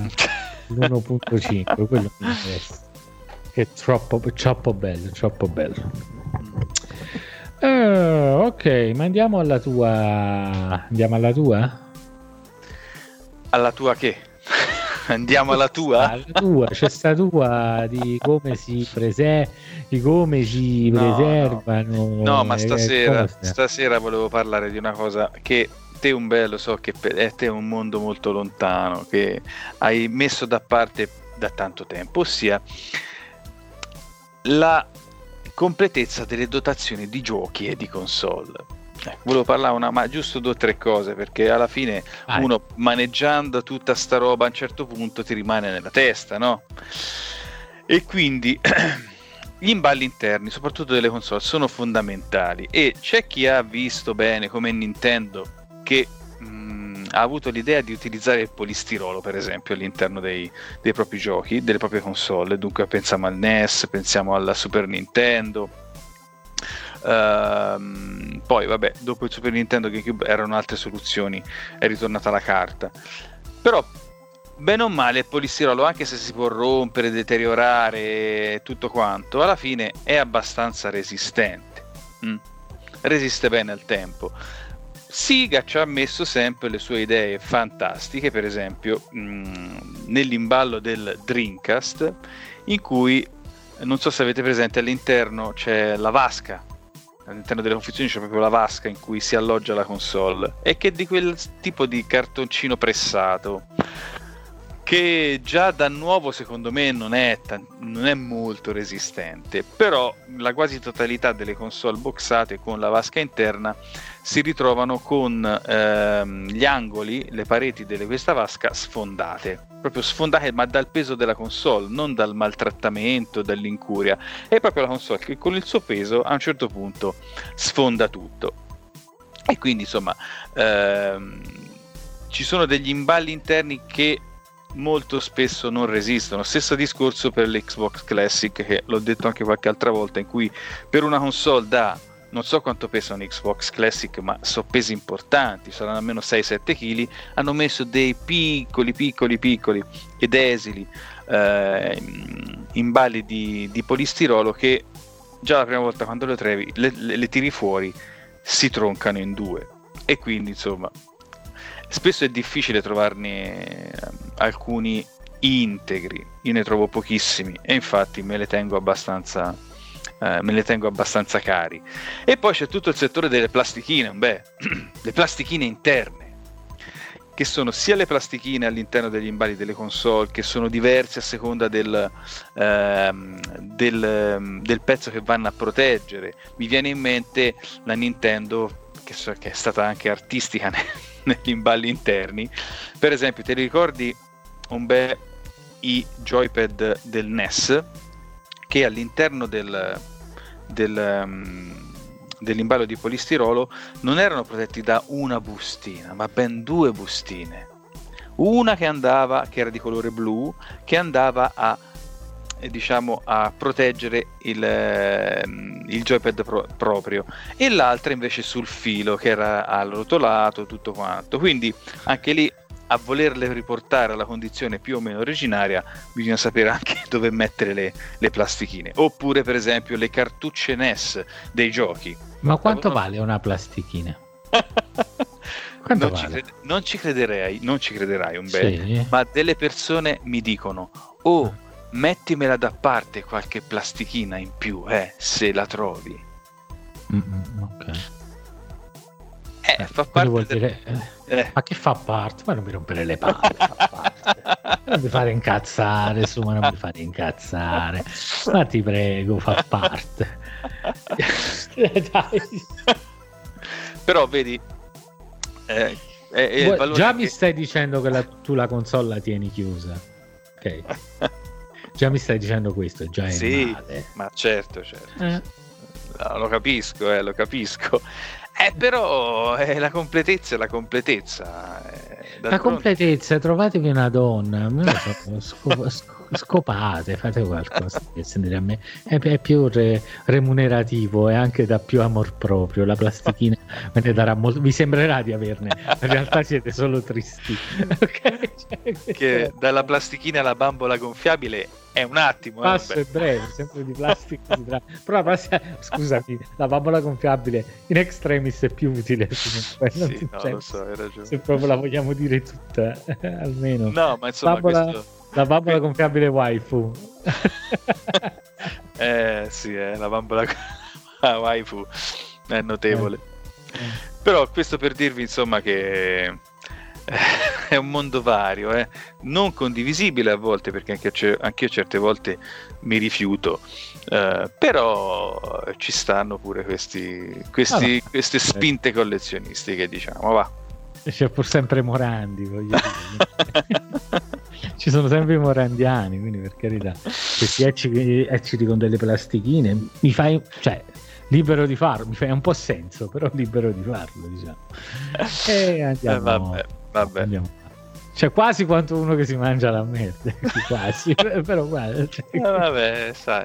l'1.5, quello mi interessa, che è troppo bello. Ok, ma andiamo alla tua. Alla tua che? Andiamo alla tua? Alla tua, c'è sta tua di come si preservano. No, ma stasera volevo parlare di una cosa che te, Umbello, so che per te è un mondo molto lontano, che hai messo da parte da tanto tempo, ossia la completezza delle dotazioni di giochi e di console. Volevo parlare ma giusto 2 o 3 cose, perché alla fine uno maneggiando tutta sta roba a un certo punto ti rimane nella testa, no? E quindi gli imballi interni, soprattutto delle console, sono fondamentali, e c'è chi ha visto bene, come Nintendo, che ha avuto l'idea di utilizzare il polistirolo, per esempio, all'interno dei propri giochi, delle proprie console. Dunque pensiamo al NES, pensiamo alla Super Nintendo. Poi vabbè, dopo il Super Nintendo GameCube erano altre soluzioni, è ritornata la carta, però bene o male il polistirolo, anche se si può rompere, deteriorare tutto quanto, alla fine è abbastanza resistente, resiste bene al tempo. Sega ci ha messo sempre le sue idee fantastiche, per esempio nell'imballo del Dreamcast, in cui, non so se avete presente, all'interno c'è la vasca. All'interno delle confezioni c'è proprio la vasca in cui si alloggia la console, e che è di quel tipo di cartoncino pressato che già da nuovo secondo me non è molto resistente, però la quasi totalità delle console boxate con la vasca interna si ritrovano con gli angoli, le pareti di questa vasca sfondate, proprio sfondate, ma dal peso della console, non dal maltrattamento, dall'incuria. È proprio la console che con il suo peso a un certo punto sfonda tutto. E quindi insomma ci sono degli imballi interni che molto spesso non resistono. Stesso discorso per l'Xbox Classic, che l'ho detto anche qualche altra volta, in cui per una console da, non so quanto pesa un Xbox Classic, ma sono pesi importanti, saranno almeno 6-7 kg, hanno messo dei piccoli ed esili imballi di polistirolo che già la prima volta quando le tiri fuori si troncano in 2, e quindi insomma spesso è difficile trovarne alcuni integri. Io ne trovo pochissimi, e infatti me le tengo abbastanza cari. E poi c'è tutto il settore delle plastichine, le plastichine interne, che sono sia le plastichine all'interno degli imballi delle console, che sono diverse a seconda del pezzo che vanno a proteggere. Mi viene in mente la Nintendo, che è stata anche artistica negli imballi interni. Per esempio, te li ricordi i joypad del NES, che all'interno dell'imballo di polistirolo non erano protetti da una bustina, ma ben 2 bustine. Una che era di colore blu, che andava a proteggere il joypad proprio, e l'altra invece sul filo, che era arrotolato, tutto quanto. Quindi anche lì, a volerle riportare alla condizione più o meno originaria, bisogna sapere anche dove mettere le plastichine. Oppure per esempio le cartucce NES dei giochi. Ma quanto vale una plastichina? Non ci crederai, sì. Ma delle persone mi dicono: mettimela da parte qualche plastichina in più, se la trovi. Ok. Fa parte ma che fa parte? Ma non mi rompere le palle, non mi fare incazzare, ma ti prego, fa parte. Dai. Però vedi, già mi stai dicendo che tu la console la tieni chiusa, ok? Già mi stai dicendo questo, già è male. Ma certo. Lo capisco. Però la completezza è la completezza. La completezza, trovatevi una donna, scopate, fate qualcosa che sentire a me è più remunerativo e anche da più amor proprio. La plastichina me ne darà molto, vi sembrerà di averne, in realtà siete solo tristi. Okay? Che dalla plastichina alla bambola gonfiabile è un attimo. Passo è breve, sempre di plastica però la plastica, scusami, la bambola gonfiabile in extremis è più utile. Sì, no, lo so, hai ragione. Se proprio la vogliamo dire tutta, almeno. No, ma insomma la bambola gonfiabile waifu. Sì, la bambola waifu è notevole. Però questo per dirvi insomma che è un mondo vario, non condivisibile a volte, perché anche io certe volte mi rifiuto, però ci stanno pure queste spinte collezionistiche, diciamo, va. C'è pur sempre Morandi, voglio dire. Ci sono sempre i morandiani, quindi per carità, questi ecciti con delle plastichine, mi fai, cioè, libero di farlo, mi fai un po' senso, però libero di farlo, diciamo. E andiamo. Vabbè. Andiamo. C'è quasi quanto uno che si mangia la merda, quasi, però guarda. Vabbè, sai.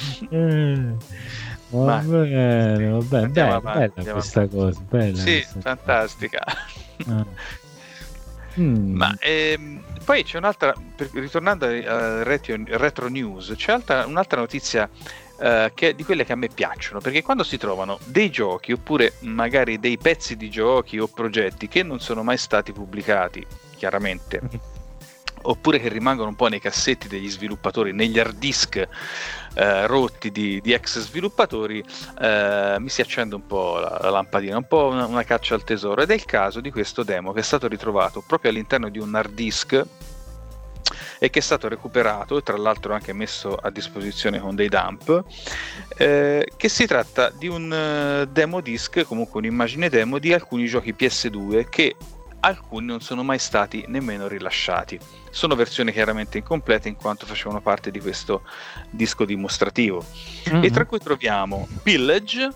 Va bene, bella questa cosa, bella. Sì, fantastica. Ma poi c'è un'altra, ritornando al retro news, c'è un'altra notizia che è di quelle che a me piacciono, perché quando si trovano dei giochi oppure magari dei pezzi di giochi o progetti che non sono mai stati pubblicati, chiaramente, oppure che rimangono un po' nei cassetti degli sviluppatori, negli hard disk rotti di ex sviluppatori, mi si accende un po' la lampadina, un po' una caccia al tesoro, ed è il caso di questo demo che è stato ritrovato proprio all'interno di un hard disk e che è stato recuperato e tra l'altro anche messo a disposizione con dei dump, che si tratta di un demo disc, comunque un'immagine demo di alcuni giochi PS2 che alcuni non sono mai stati nemmeno rilasciati. Sono versioni chiaramente incomplete in quanto facevano parte di questo disco dimostrativo, e tra cui troviamo Pillage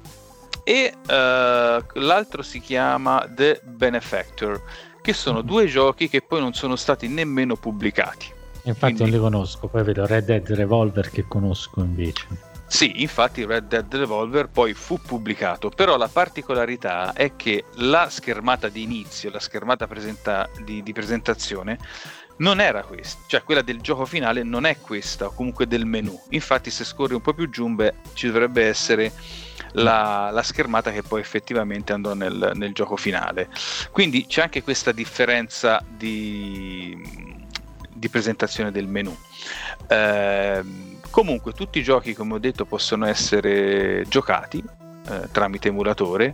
e l'altro si chiama The Benefactor, che sono due giochi che poi non sono stati nemmeno pubblicati. Infatti non li conosco, poi vedo Red Dead Revolver che conosco invece. Sì, infatti Red Dead Revolver poi fu pubblicato, però la particolarità è che la schermata di inizio, la schermata di presentazione non era questa, cioè quella del gioco finale non è questa, o comunque del menu. Infatti se scorri un po' più giù, ci dovrebbe essere la schermata che poi effettivamente andrà nel gioco finale. Quindi c'è anche questa differenza di presentazione del menu. Comunque tutti i giochi, come ho detto, possono essere giocati tramite emulatore,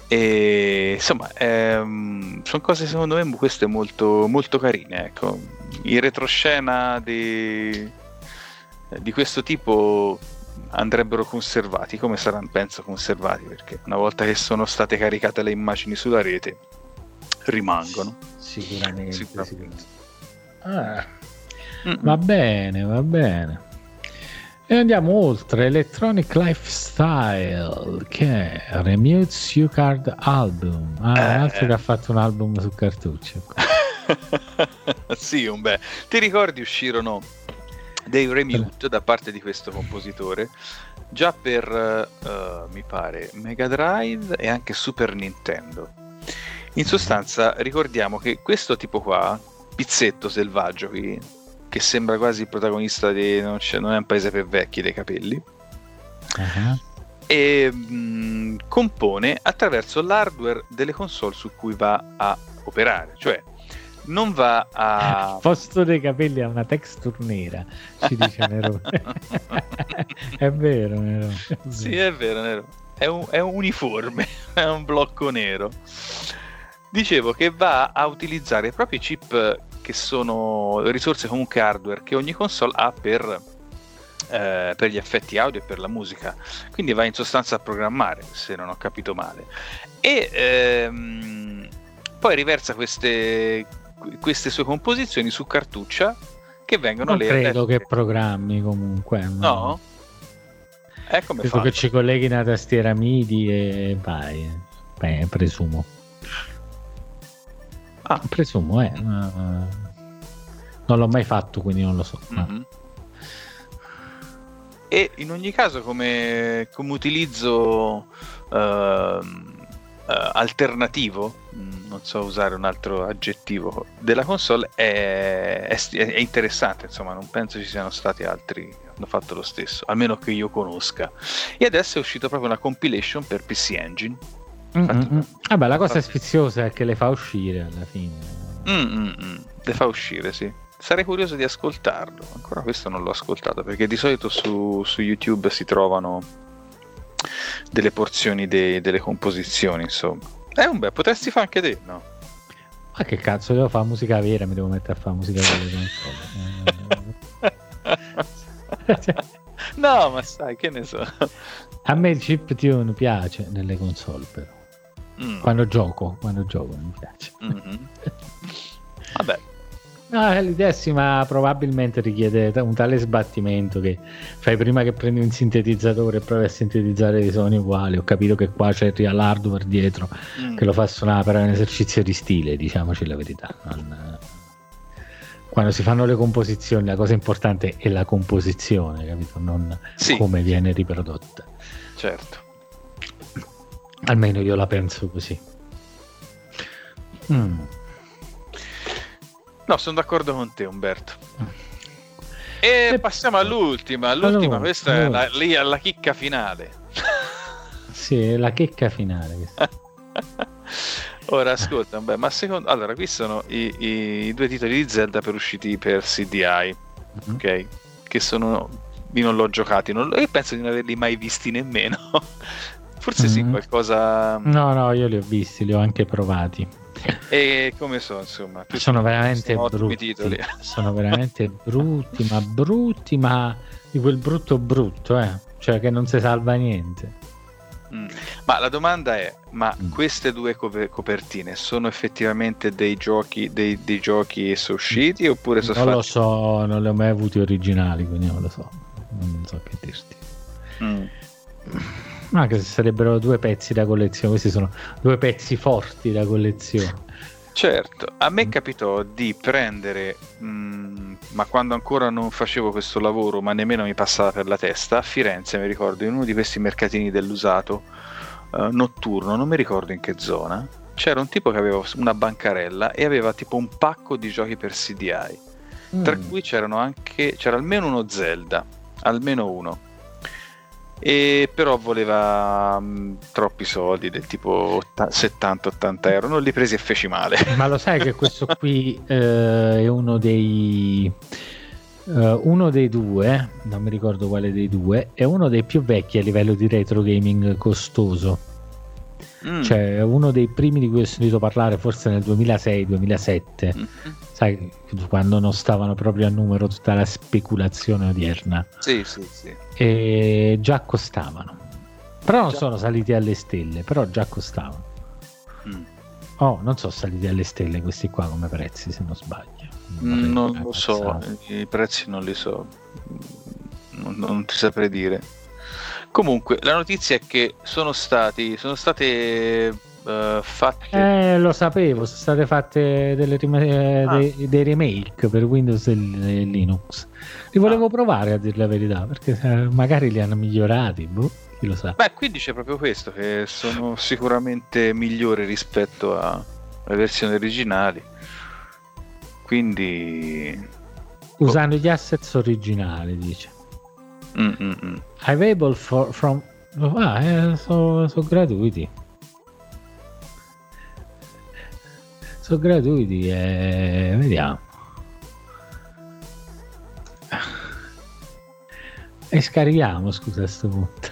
e insomma sono cose secondo me queste molto, molto carine, ecco. In retroscena di questo tipo andrebbero conservati, come saranno penso conservati, perché una volta che sono state caricate le immagini sulla rete rimangono sicuramente. Va bene. E andiamo oltre. Electronic Lifestyle, che è Remute U-Card Album. Un altro che ha fatto un album su cartuccio. Sì, ti ricordi uscirono dei Remute da parte di questo compositore già per mi pare Mega Drive e anche Super Nintendo. In sostanza ricordiamo che questo tipo qua, Pizzetto Selvaggio qui, che sembra quasi il protagonista di non è un paese per vecchi dei capelli, e compone attraverso l'hardware delle console su cui va a operare, cioè non va a posto dei capelli, ha una texture nera, ci dice Nero. È vero, Nero. Sì, è vero, Nero. È un uniforme, è un blocco nero. Dicevo che va a utilizzare proprio i chip che sono risorse comunque hardware che ogni console ha per gli effetti audio e per la musica, quindi va in sostanza a programmare, se non ho capito male, e poi riversa queste sue composizioni su cartuccia che vengono credo che programmi comunque, no? Come credo che ci colleghi una tastiera MIDI e vai. presumo. Presumo, non l'ho mai fatto, quindi non lo so. Mm-hmm. E in ogni caso come utilizzo alternativo, non so usare un altro aggettivo, della console è interessante, insomma, non penso ci siano stati altri che hanno fatto lo stesso, almeno che io conosca. E adesso è uscito proprio una compilation per PC Engine. Vabbè, la cosa sfiziosa è che le fa uscire alla fine. Le fa uscire, sì. Sarei curioso di ascoltarlo. Ancora questo non l'ho ascoltato, perché di solito su YouTube si trovano delle porzioni delle composizioni, insomma. Potresti fare anche te, no? Ma che cazzo, devo fare musica vera, mi devo mettere a fare musica vera. No, ma sai, che ne so. A me il chiptune piace nelle console, però. Quando gioco mi piace. Vabbè. No, l'idea probabilmente richiede un tale sbattimento che fai prima che prendi un sintetizzatore e provi a sintetizzare dei suoni uguali. Ho capito che qua c'è il real hardware dietro che lo fa suonare, però è un esercizio di stile, diciamoci la verità. Quando si fanno le composizioni la cosa importante è la composizione, capito? Non come viene riprodotta. Certo. Almeno io la penso così. No, sono d'accordo con te, Umberto. E passiamo all'ultima. Questa è la chicca finale. Sì, è la chicca finale. Ora ascolta, ma secondo... Allora, qui sono i 2 titoli di Zelda usciti per CDI, ok? Che sono... Io non l'ho giocati, io penso di non averli mai visti nemmeno. Forse sì, qualcosa... No, io li ho visti, li ho anche provati. E come sono, insomma? Sono veramente brutti titoli. Sono veramente brutti, ma di quel brutto, cioè che non si salva niente. Ma la domanda è: queste 2 copertine sono effettivamente dei giochi usciti oppure sono non lo so, non li ho mai avuti originali, quindi non lo so, non so che dirti. Anche se sarebbero 2 pezzi da collezione, questi sono 2 pezzi forti da collezione. Certo, a me capitò di prendere, ma quando ancora non facevo questo lavoro, ma nemmeno mi passava per la testa, a Firenze, mi ricordo, in uno di questi mercatini dell'usato notturno, non mi ricordo in che zona, c'era un tipo che aveva una bancarella e aveva tipo un pacco di giochi per CDI, tra cui c'era almeno uno Zelda, almeno uno. E però voleva troppi soldi, del tipo 70-80 euro, non li presi e feci male. Ma lo sai che questo qui è uno dei 2, non mi ricordo quale dei 2, è uno dei più vecchi a livello di retro gaming costoso. Cioè uno dei primi di cui ho sentito parlare forse nel 2006-2007, sai, quando non stavano proprio a numero tutta la speculazione odierna. Sì. E già costavano, però non sono saliti alle stelle, però già costavano. Non sono saliti alle stelle questi qua come prezzi, se non sbaglio. Non lo so, i prezzi non li so, non ti saprei dire. Comunque la notizia è che sono state fatte, lo sapevo, sono state fatte dei remake per Windows e Linux. Li volevo provare, a dire la verità, perché magari li hanno migliorati, chi lo sa. Qui dice proprio questo, che sono sicuramente migliori rispetto alle versioni originali, quindi usando gli assets originali, dice. Available from sono gratuiti. Sono gratuiti, vediamo. E scarichiamo, scusa, a sto punto.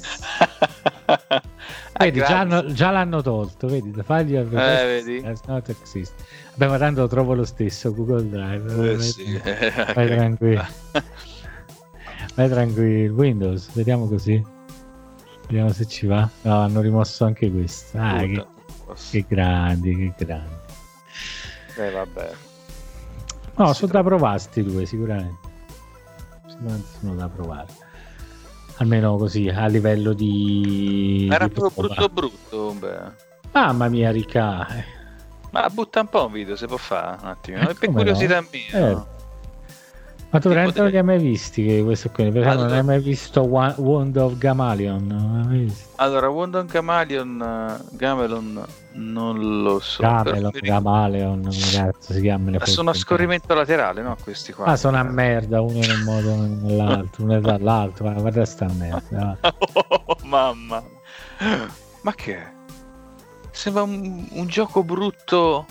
Vedi, già l'hanno tolto, vedi, vedi? Vabbè, ma tanto lo trovo lo stesso Google Drive. Vai tranquillo. Vai tranquillo, Windows, vediamo così. Vediamo se ci va. No, hanno rimosso anche questo. Che grandi. Vabbè. No, sono da provare sti 2, sicuramente sono da provare. Almeno così, a livello di... Era proprio brutto. Mamma mia, Ricca. Ma butta un po' un video, se può fare un attimo. Per curiosità mia. Ma tu veramente non li hai mai visti questo qui? Per esempio, non hai mai visto Wand of Gamalion? Allora, Wand of Gamelon non lo so. Gamaleon, ragazzi, si chiamano. Ma sono a scorrimento laterale, no? Questi qua. Ah, sono a merda, uno in un modo e nell'altro, uno dall'altro. Guarda sta merda. Oh, mamma. Ma che è? Sembra un gioco brutto.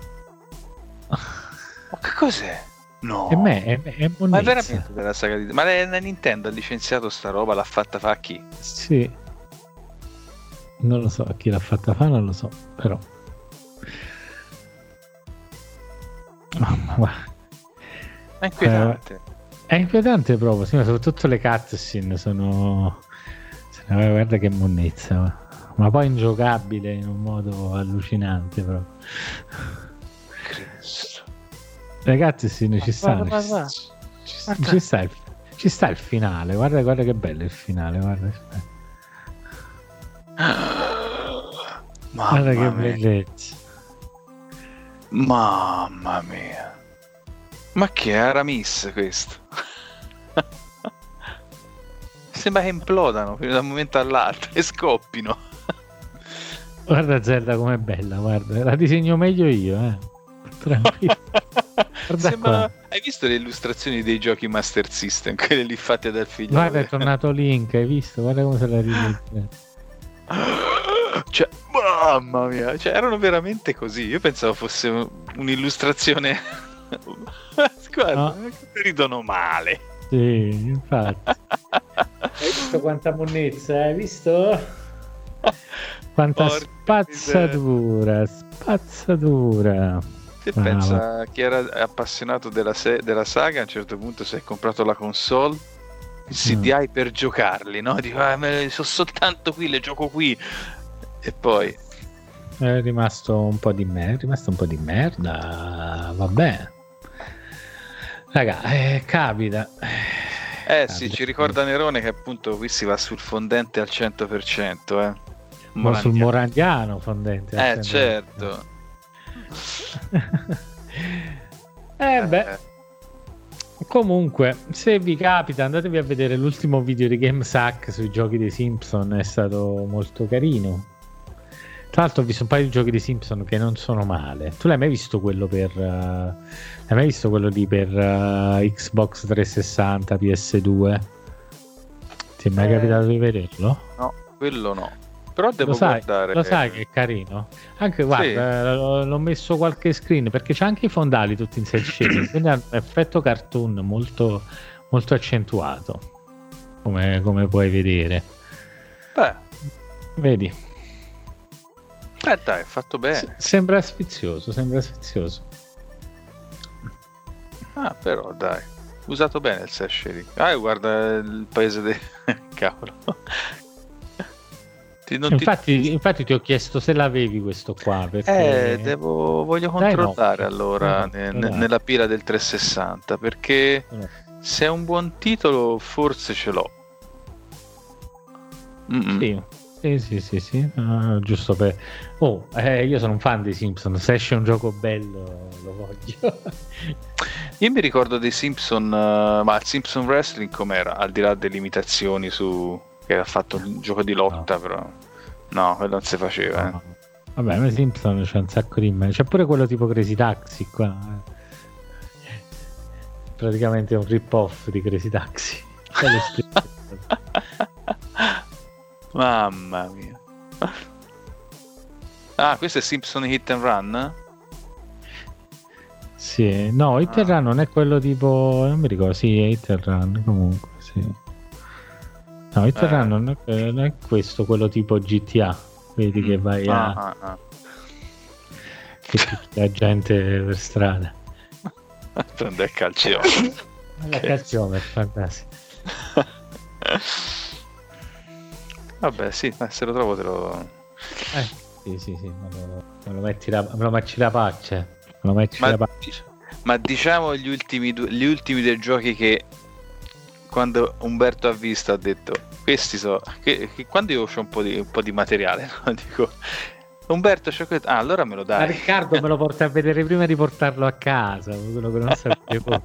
Ma che cos'è? No, è ma è veramente della saga di... Ma la Nintendo ha licenziato sta roba, l'ha fatta fa a chi? Sì, non lo so, a chi l'ha fatta fa non lo so, però è inquietante. È inquietante proprio, sì, ma soprattutto le cutscene sono... Guarda che monnezza, ma poi ingiocabile in un modo allucinante proprio. Ragazzi, sì, ci sta il finale. Guarda che bello il finale. Guarda che bellezza. Mamma mia. Ma che è Aramis questo? Sembra che implodano da un momento all'altro e scoppino. Guarda Zelda com'è bella, guarda, la disegno meglio io, tranquillo. Hai visto le illustrazioni dei giochi Master System, quelle lì fatte dal figlio? Guarda, è tornato Link, hai visto? Guarda come se la ridette. Cioè, mamma mia, cioè, erano veramente così. Io pensavo fosse un'illustrazione. Guarda, no. Ridono male. Sì, infatti. Hai visto quanta monnezza? Hai visto? Quanta spazzatura. Se pensa chi era appassionato della saga, a un certo punto si è comprato la console, il CDI per giocarli, no? Dico, sono soltanto qui, le gioco qui. E poi è rimasto un po' di merda. Vabbè, raga, capita. Sì, ci ricorda Nerone che appunto qui si va sul fondente al 100%, sul morandiano fondente. Certo. Beh, comunque, se vi capita, andatevi a vedere l'ultimo video di GameSack sui giochi dei Simpson, è stato molto carino. Tra l'altro ho visto un paio di giochi dei Simpson che non sono male. Tu l'hai mai visto quello per Xbox 360, PS2? Ti è mai capitato di vederlo? No, quello no. Però devo guardare. Lo sai che è carino? Anche guarda, l'ho messo qualche screen perché c'è anche i fondali tutti in cel shading, quindi ha un effetto cartoon molto, molto accentuato, come puoi vedere. Beh, vedi? Dai, fatto bene. Sembra sfizioso. Ah, però dai, usato bene il cel shading. Guarda il paese del cavolo. Infatti ti ho chiesto se l'avevi questo qua perché... voglio controllare nella pila del 360 perché se è un buon titolo forse ce l'ho. Sì. Giusto per io sono un fan dei Simpson, se esce un gioco bello lo voglio. Io mi ricordo dei Simpson, ma il Simpson Wrestling com'era, al di là delle limitazioni che ha fatto un gioco di lotta, però no, quello non si faceva. Vabbè, ma Simpson c'è un sacco di c'è pure quello tipo Crazy Taxi qua, praticamente è un rip-off di Crazy Taxi. Mamma mia. Questo è Simpson Hit and Run? Sì, no, Hit and Run non è quello tipo, non mi ricordo, sì, è Hit and Run comunque, sì. No, Hit and Run non è questo, quello tipo GTA, vedi che vai che la gente per strada prende il calcione. La calcione, fantastico. Vabbè, sì, se lo trovo te lo... Sì, me lo metti la pace. Ma diciamo gli ultimi dei giochi che quando Umberto ha visto ha detto questi so che quando io ho un po' di materiale, no? Dico Umberto c'è questo. Ah, allora me lo dai. Ma Riccardo me lo porta a vedere prima di portarlo a casa, quello che non sapete voi.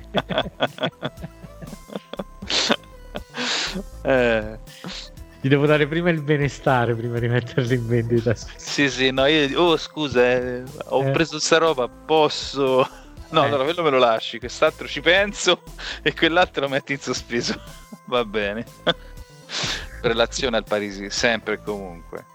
Gli devo dare prima il benestare prima di metterli in vendita. Sì, no, io scusa, ho preso sta roba, posso... No, allora quello me lo lasci, quest'altro ci penso e quell'altro lo metti in sospeso. Va bene. Relazione al Parisi, sempre e comunque.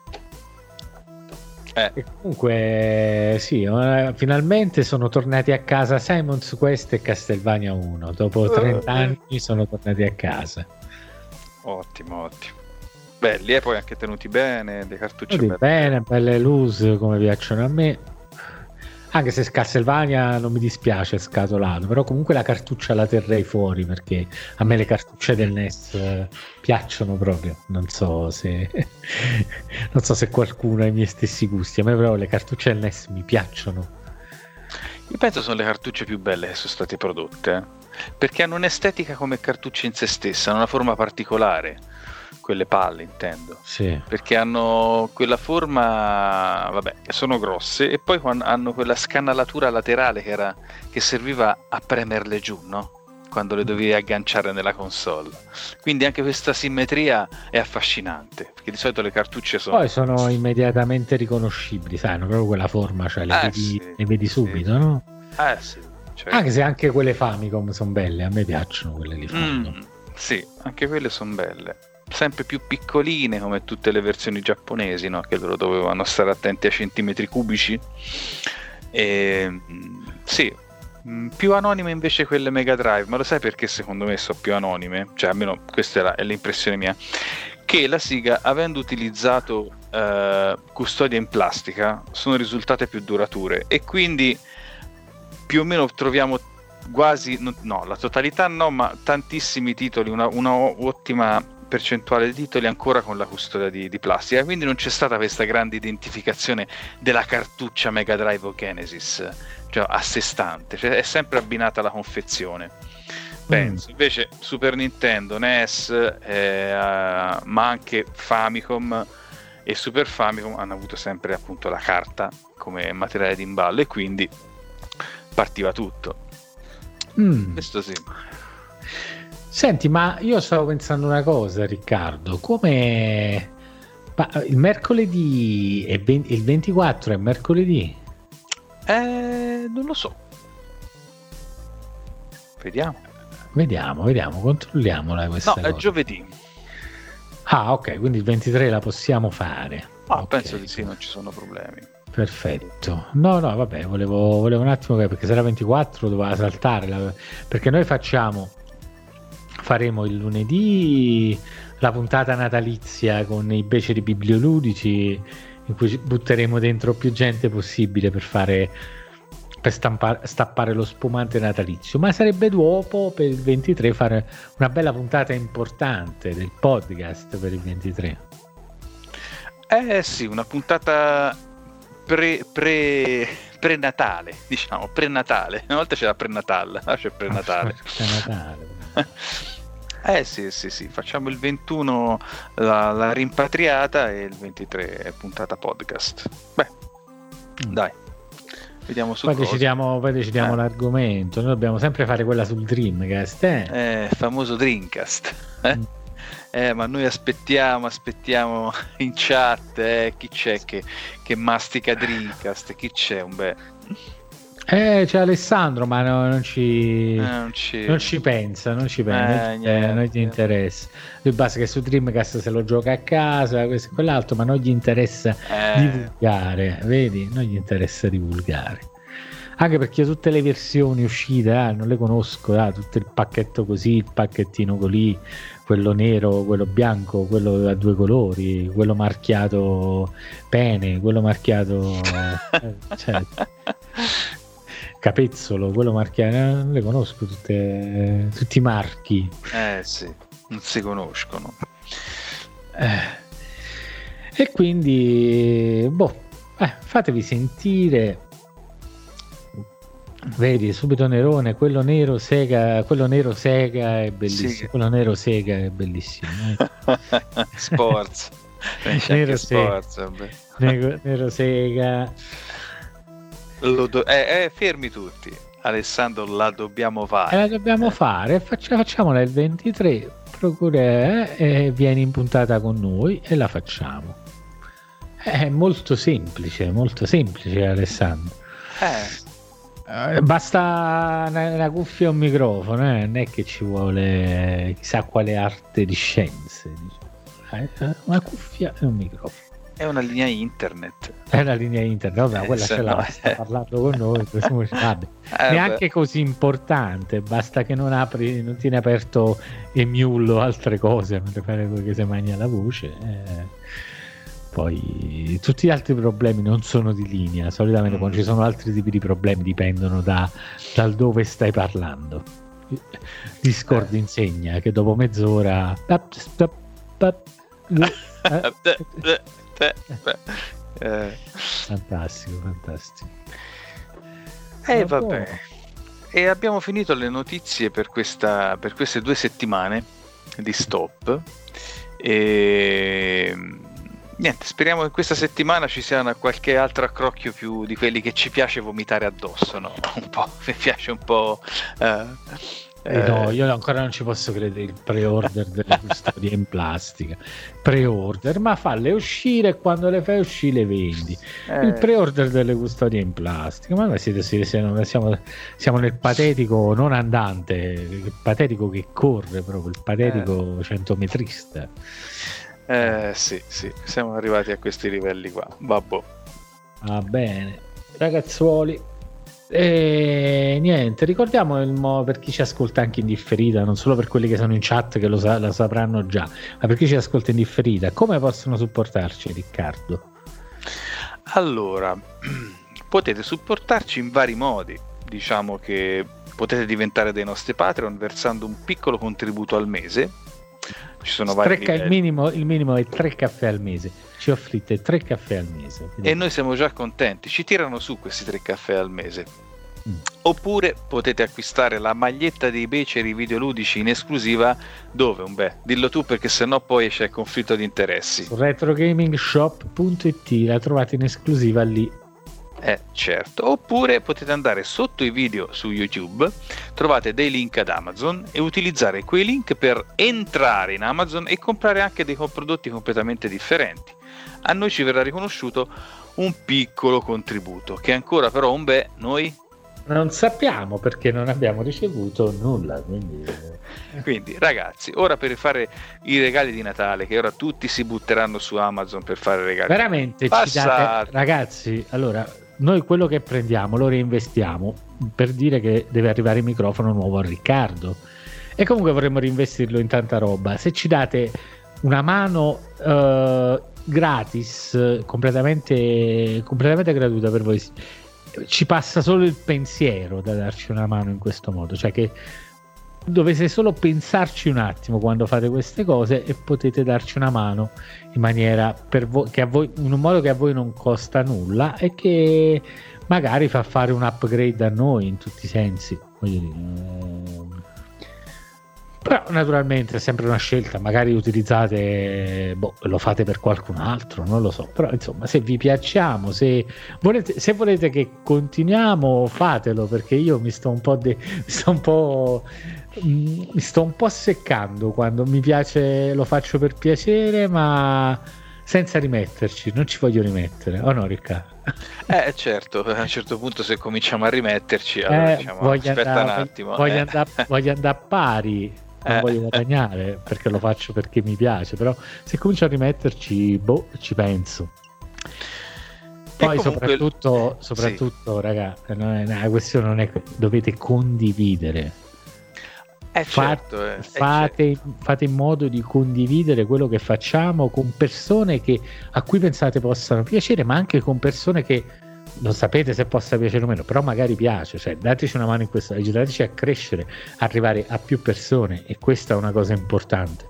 E comunque sì, finalmente sono tornati a casa Simon's Quest e Castlevania 1. Dopo 30 anni sono tornati a casa. Ottimo. Belli, e poi anche tenuti bene, le cartucce belle loose come piacciono a me. Anche se Castlevania non mi dispiace scatolato, però comunque la cartuccia la terrei fuori, perché a me le cartucce del NES piacciono proprio. Non so se qualcuno ha i miei stessi gusti, a me però le cartucce del NES mi piacciono. Io penso sono le cartucce più belle che sono state prodotte, perché hanno un'estetica come cartucce in se stessa, hanno una forma particolare. Quelle palle intendo, sì. Perché hanno quella forma, vabbè, sono grosse, e poi hanno quella scanalatura laterale che serviva a premerle giù, no? Quando le dovevi agganciare nella console. Quindi anche questa simmetria è affascinante, perché di solito le cartucce sono immediatamente riconoscibili, sai, hanno proprio quella forma, cioè le vedi subito, no? Sì. Cioè... Anche se anche quelle Famicom sono belle, a me piacciono quelle di Famicom. Sì, anche quelle sono belle. Sempre più piccoline, come tutte le versioni giapponesi, no? Che loro dovevano stare attenti ai centimetri cubici. Sì, più anonime invece quelle Mega Drive. Ma lo sai perché secondo me sono più anonime? Cioè, almeno questa è l'impressione mia, che la Sega, avendo utilizzato custodia in plastica, sono risultate più durature, e quindi più o meno troviamo quasi, no, la totalità no, ma tantissimi titoli, una ottima percentuale di titoli ancora con la custodia di plastica, quindi non c'è stata questa grande identificazione della cartuccia Mega Drive o Genesis, cioè a sé stante, cioè è sempre abbinata alla confezione. Penso invece Super Nintendo, NES, ma anche Famicom e Super Famicom hanno avuto sempre appunto la carta come materiale di imballo, e quindi partiva tutto. Questo sì. Senti, ma io stavo pensando una cosa, Riccardo, come il mercoledì il 24 è mercoledì? Non lo so. Vediamo, controlliamola questa cosa. No, è giovedì. Ah, ok, quindi il 23 la possiamo fare. Okay. Penso di sì, non ci sono problemi. Perfetto. No, vabbè, volevo un attimo, perché se era 24 doveva saltare, perché noi faremo il lunedì la puntata natalizia con i beceri biblioludici, in cui butteremo dentro più gente possibile per stappare lo spumante natalizio, ma sarebbe dopo, per il 23, fare una bella puntata importante del podcast per il 23. Sì, una puntata pre-natale, diciamo, pre-natale. Una volta c'era pre-natale, ora c'è pre-natale. Sì, facciamo il 21 la rimpatriata e il 23 è puntata podcast. Dai, vediamo su poi decidiamo l'argomento. Noi dobbiamo sempre fare quella sul Dreamcast, famoso Dreamcast. Ma noi aspettiamo in chat, chi c'è che mastica Dreamcast, chi c'è? C'è Alessandro, ma non ci pensa, non gli interessa. Lui basta che su Dreamcast se lo gioca a casa, questo e quell'altro, ma non gli interessa divulgare, vedi? Non gli interessa divulgare. Anche perché tutte le versioni uscite non le conosco, tutto il pacchetto così, il pacchettino così, quello nero, quello bianco, quello a due colori, quello marchiato pene, quello marchiato capezzolo, quello marchiato, non le conosco tutti i marchi. Sì, non si conoscono. E quindi fatevi sentire. Vedi, subito Nerone, quello nero Sega è bellissimo, sì. Quello nero Sega è bellissimo. Sports. Nero Sega. Fermi tutti. Alessandro, la dobbiamo fare. La dobbiamo fare. Facciamola il 23. Procura e vieni in puntata con noi e la facciamo. È molto semplice Alessandro. Basta una cuffia e un microfono, non è che ci vuole chissà quale arte di scienze, diciamo. Una cuffia e un microfono. È una linea internet. Vabbè, quella ce l'ha, sta parlando con noi. Neanche così importante, basta che non tieni aperto Emule o altre cose, mentre fare quello che si mangia la voce. Poi tutti gli altri problemi non sono di linea. Solitamente quando ci sono altri tipi di problemi dipendono dal dove stai parlando. Discord insegna che dopo mezz'ora fantastico. Vabbè. E abbiamo finito le notizie per queste 2 settimane di stop. E niente, speriamo che questa settimana ci sia qualche altro accrocchio più di quelli che ci piace vomitare addosso, no? Un po', mi piace un po'. No, io ancora non ci posso credere. Il pre-order delle custodie in plastica. Pre-order, ma falle uscire e quando le fai uscire le vendi. Il pre-order delle custodie in plastica. Ma noi siamo nel patetico non andante, il patetico che corre proprio, il patetico centometrista. Sì, siamo arrivati a questi livelli qua. Vabbè. Va bene, ragazzuoli. E niente, ricordiamo per chi ci ascolta anche in differita, non solo per quelli che sono in chat che lo sapranno già, ma per chi ci ascolta in differita, come possono supportarci, Riccardo? Allora, potete supportarci in vari modi. Diciamo che potete diventare dei nostri Patreon versando un piccolo contributo al mese. Ci sono vari il minimo è 3 caffè al mese. Ci offrite 3 caffè al mese e noi siamo già contenti, ci tirano su questi 3 caffè al mese. Oppure potete acquistare la maglietta dei beceri videoludici in esclusiva. Dove? Dillo tu, perché sennò poi c'è conflitto di interessi. Su retrogamingshop.it la trovate in esclusiva lì. Certo. Oppure potete andare sotto i video su YouTube, trovate dei link ad Amazon e utilizzare quei link per entrare in Amazon e comprare anche dei prodotti completamente differenti. A noi ci verrà riconosciuto un piccolo contributo che ancora però noi non sappiamo, perché non abbiamo ricevuto nulla, quindi ragazzi, ora per fare i regali di Natale, che ora tutti si butteranno su Amazon per fare regali, veramente ci date, ragazzi, allora noi quello che prendiamo lo reinvestiamo, per dire che deve arrivare il microfono nuovo a Riccardo e comunque vorremmo reinvestirlo in tanta roba. Se ci date una mano gratis, completamente gratuita per voi, ci passa solo il pensiero da darci una mano in questo modo, cioè che dovete solo pensarci un attimo quando fate queste cose e potete darci una mano in maniera che a voi, in un modo che a voi non costa nulla e che magari fa fare un upgrade a noi in tutti i sensi, voglio dire. Però naturalmente è sempre una scelta, magari utilizzate, lo fate per qualcun altro, non lo so, però insomma, se vi piacciamo, se volete che continuiamo, fatelo, perché io mi sto un po' seccando quando mi piace, lo faccio per piacere, ma senza rimetterci, non ci voglio rimettere, o no, Riccardo? Certo, a un certo punto se cominciamo a rimetterci, allora diciamo, aspetta un attimo. Voglio andare a pari, non voglio guadagnare, perché lo faccio perché mi piace, però se comincio a rimetterci, ci penso. Poi comunque, soprattutto raga, la questione non è che dovete condividere. Fate in modo di condividere quello che facciamo con persone a cui pensate possano piacere, ma anche con persone che non sapete se possa piacere o meno, però magari piace, cioè dateci una mano in questo, aiutateci a crescere, arrivare a più persone, e questa è una cosa importante.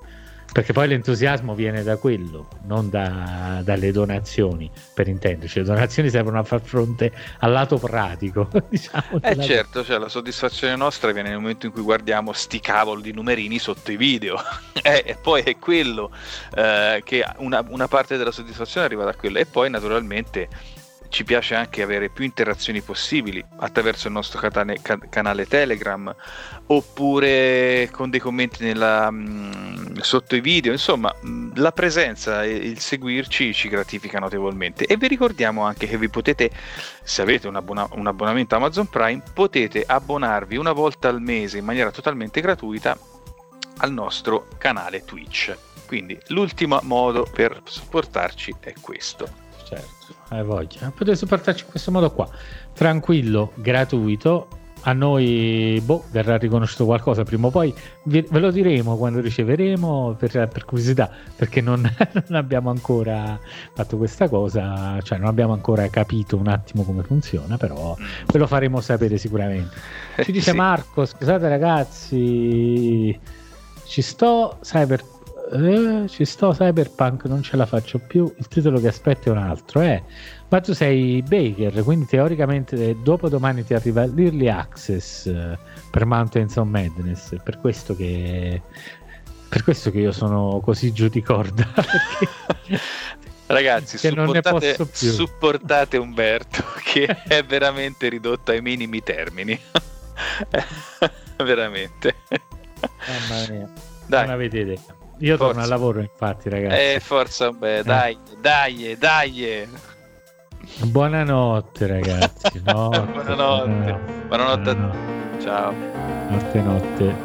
Perché poi l'entusiasmo viene da quello, non dalle donazioni, per intenderci. Le donazioni servono a far fronte al lato pratico, diciamo. Certo, cioè la soddisfazione nostra viene nel momento in cui guardiamo sti cavoli di numerini sotto i video. E poi è quello che una parte della soddisfazione arriva da quello. E poi naturalmente ci piace anche avere più interazioni possibili attraverso il nostro canale Telegram, oppure con dei commenti sotto i video. Insomma, la presenza e il seguirci ci gratifica notevolmente. E vi ricordiamo anche che vi potete, se avete un abbonamento Amazon Prime, potete abbonarvi una volta al mese in maniera totalmente gratuita al nostro canale Twitch. Quindi l'ultimo modo per supportarci è questo. Certo, hai voglia. Potete supportarci in questo modo qua, tranquillo, gratuito. A noi verrà riconosciuto qualcosa prima o poi, ve lo diremo quando riceveremo, per curiosità, perché non abbiamo ancora fatto questa cosa, cioè non abbiamo ancora capito un attimo come funziona, però ve lo faremo sapere sicuramente. Ci dice Marco: scusate ragazzi, ci sto Cyberpunk, non ce la faccio più, il titolo che aspetto è un altro, ma tu sei Baker, quindi teoricamente dopo domani ti arriva l'Early Access per Mountains of Madness, per questo che io sono così giù di corda. Ragazzi, supportate Umberto, che è veramente ridotto ai minimi termini. Veramente. Mamma mia, dai. Non avete idea. Io torno al lavoro, infatti, ragazzi. Forza, dai. Buonanotte, ragazzi. Buonanotte. Ciao. Notte.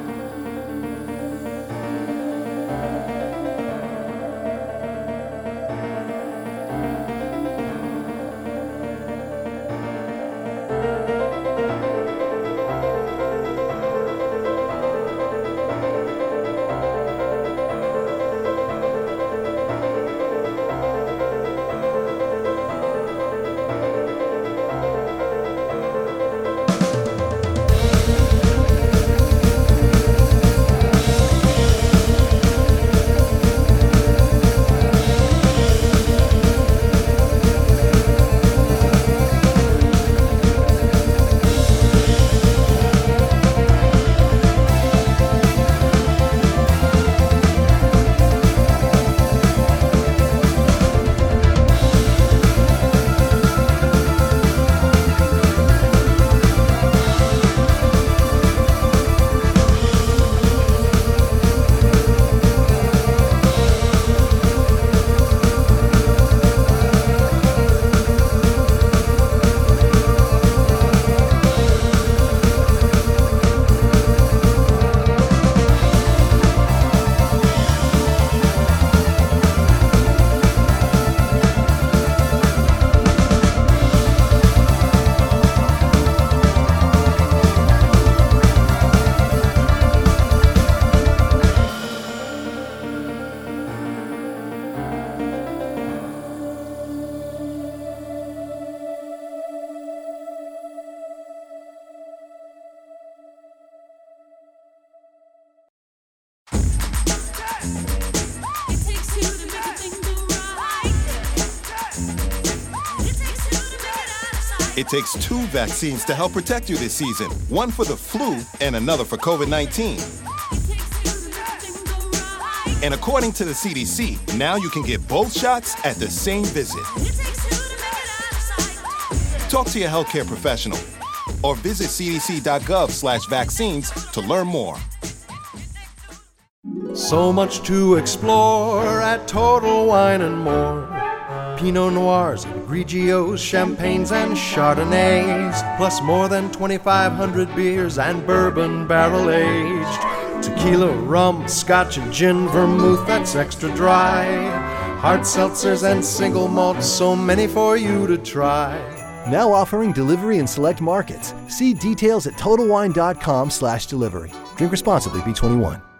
It takes 2 vaccines to help protect you this season. One for the flu and another for COVID-19. And according to the CDC, now you can get both shots at the same visit. Talk to your healthcare professional or visit cdc.gov/vaccines to learn more. So much to explore at Total Wine & More. Pinot Noirs and Grigios, Champagnes and Chardonnays, plus more than 2,500 beers and bourbon barrel-aged. Tequila, rum, scotch and gin, vermouth that's extra dry. Hard seltzers and single malts, so many for you to try. Now offering delivery in select markets. See details at TotalWine.com/delivery. Drink responsibly, B21.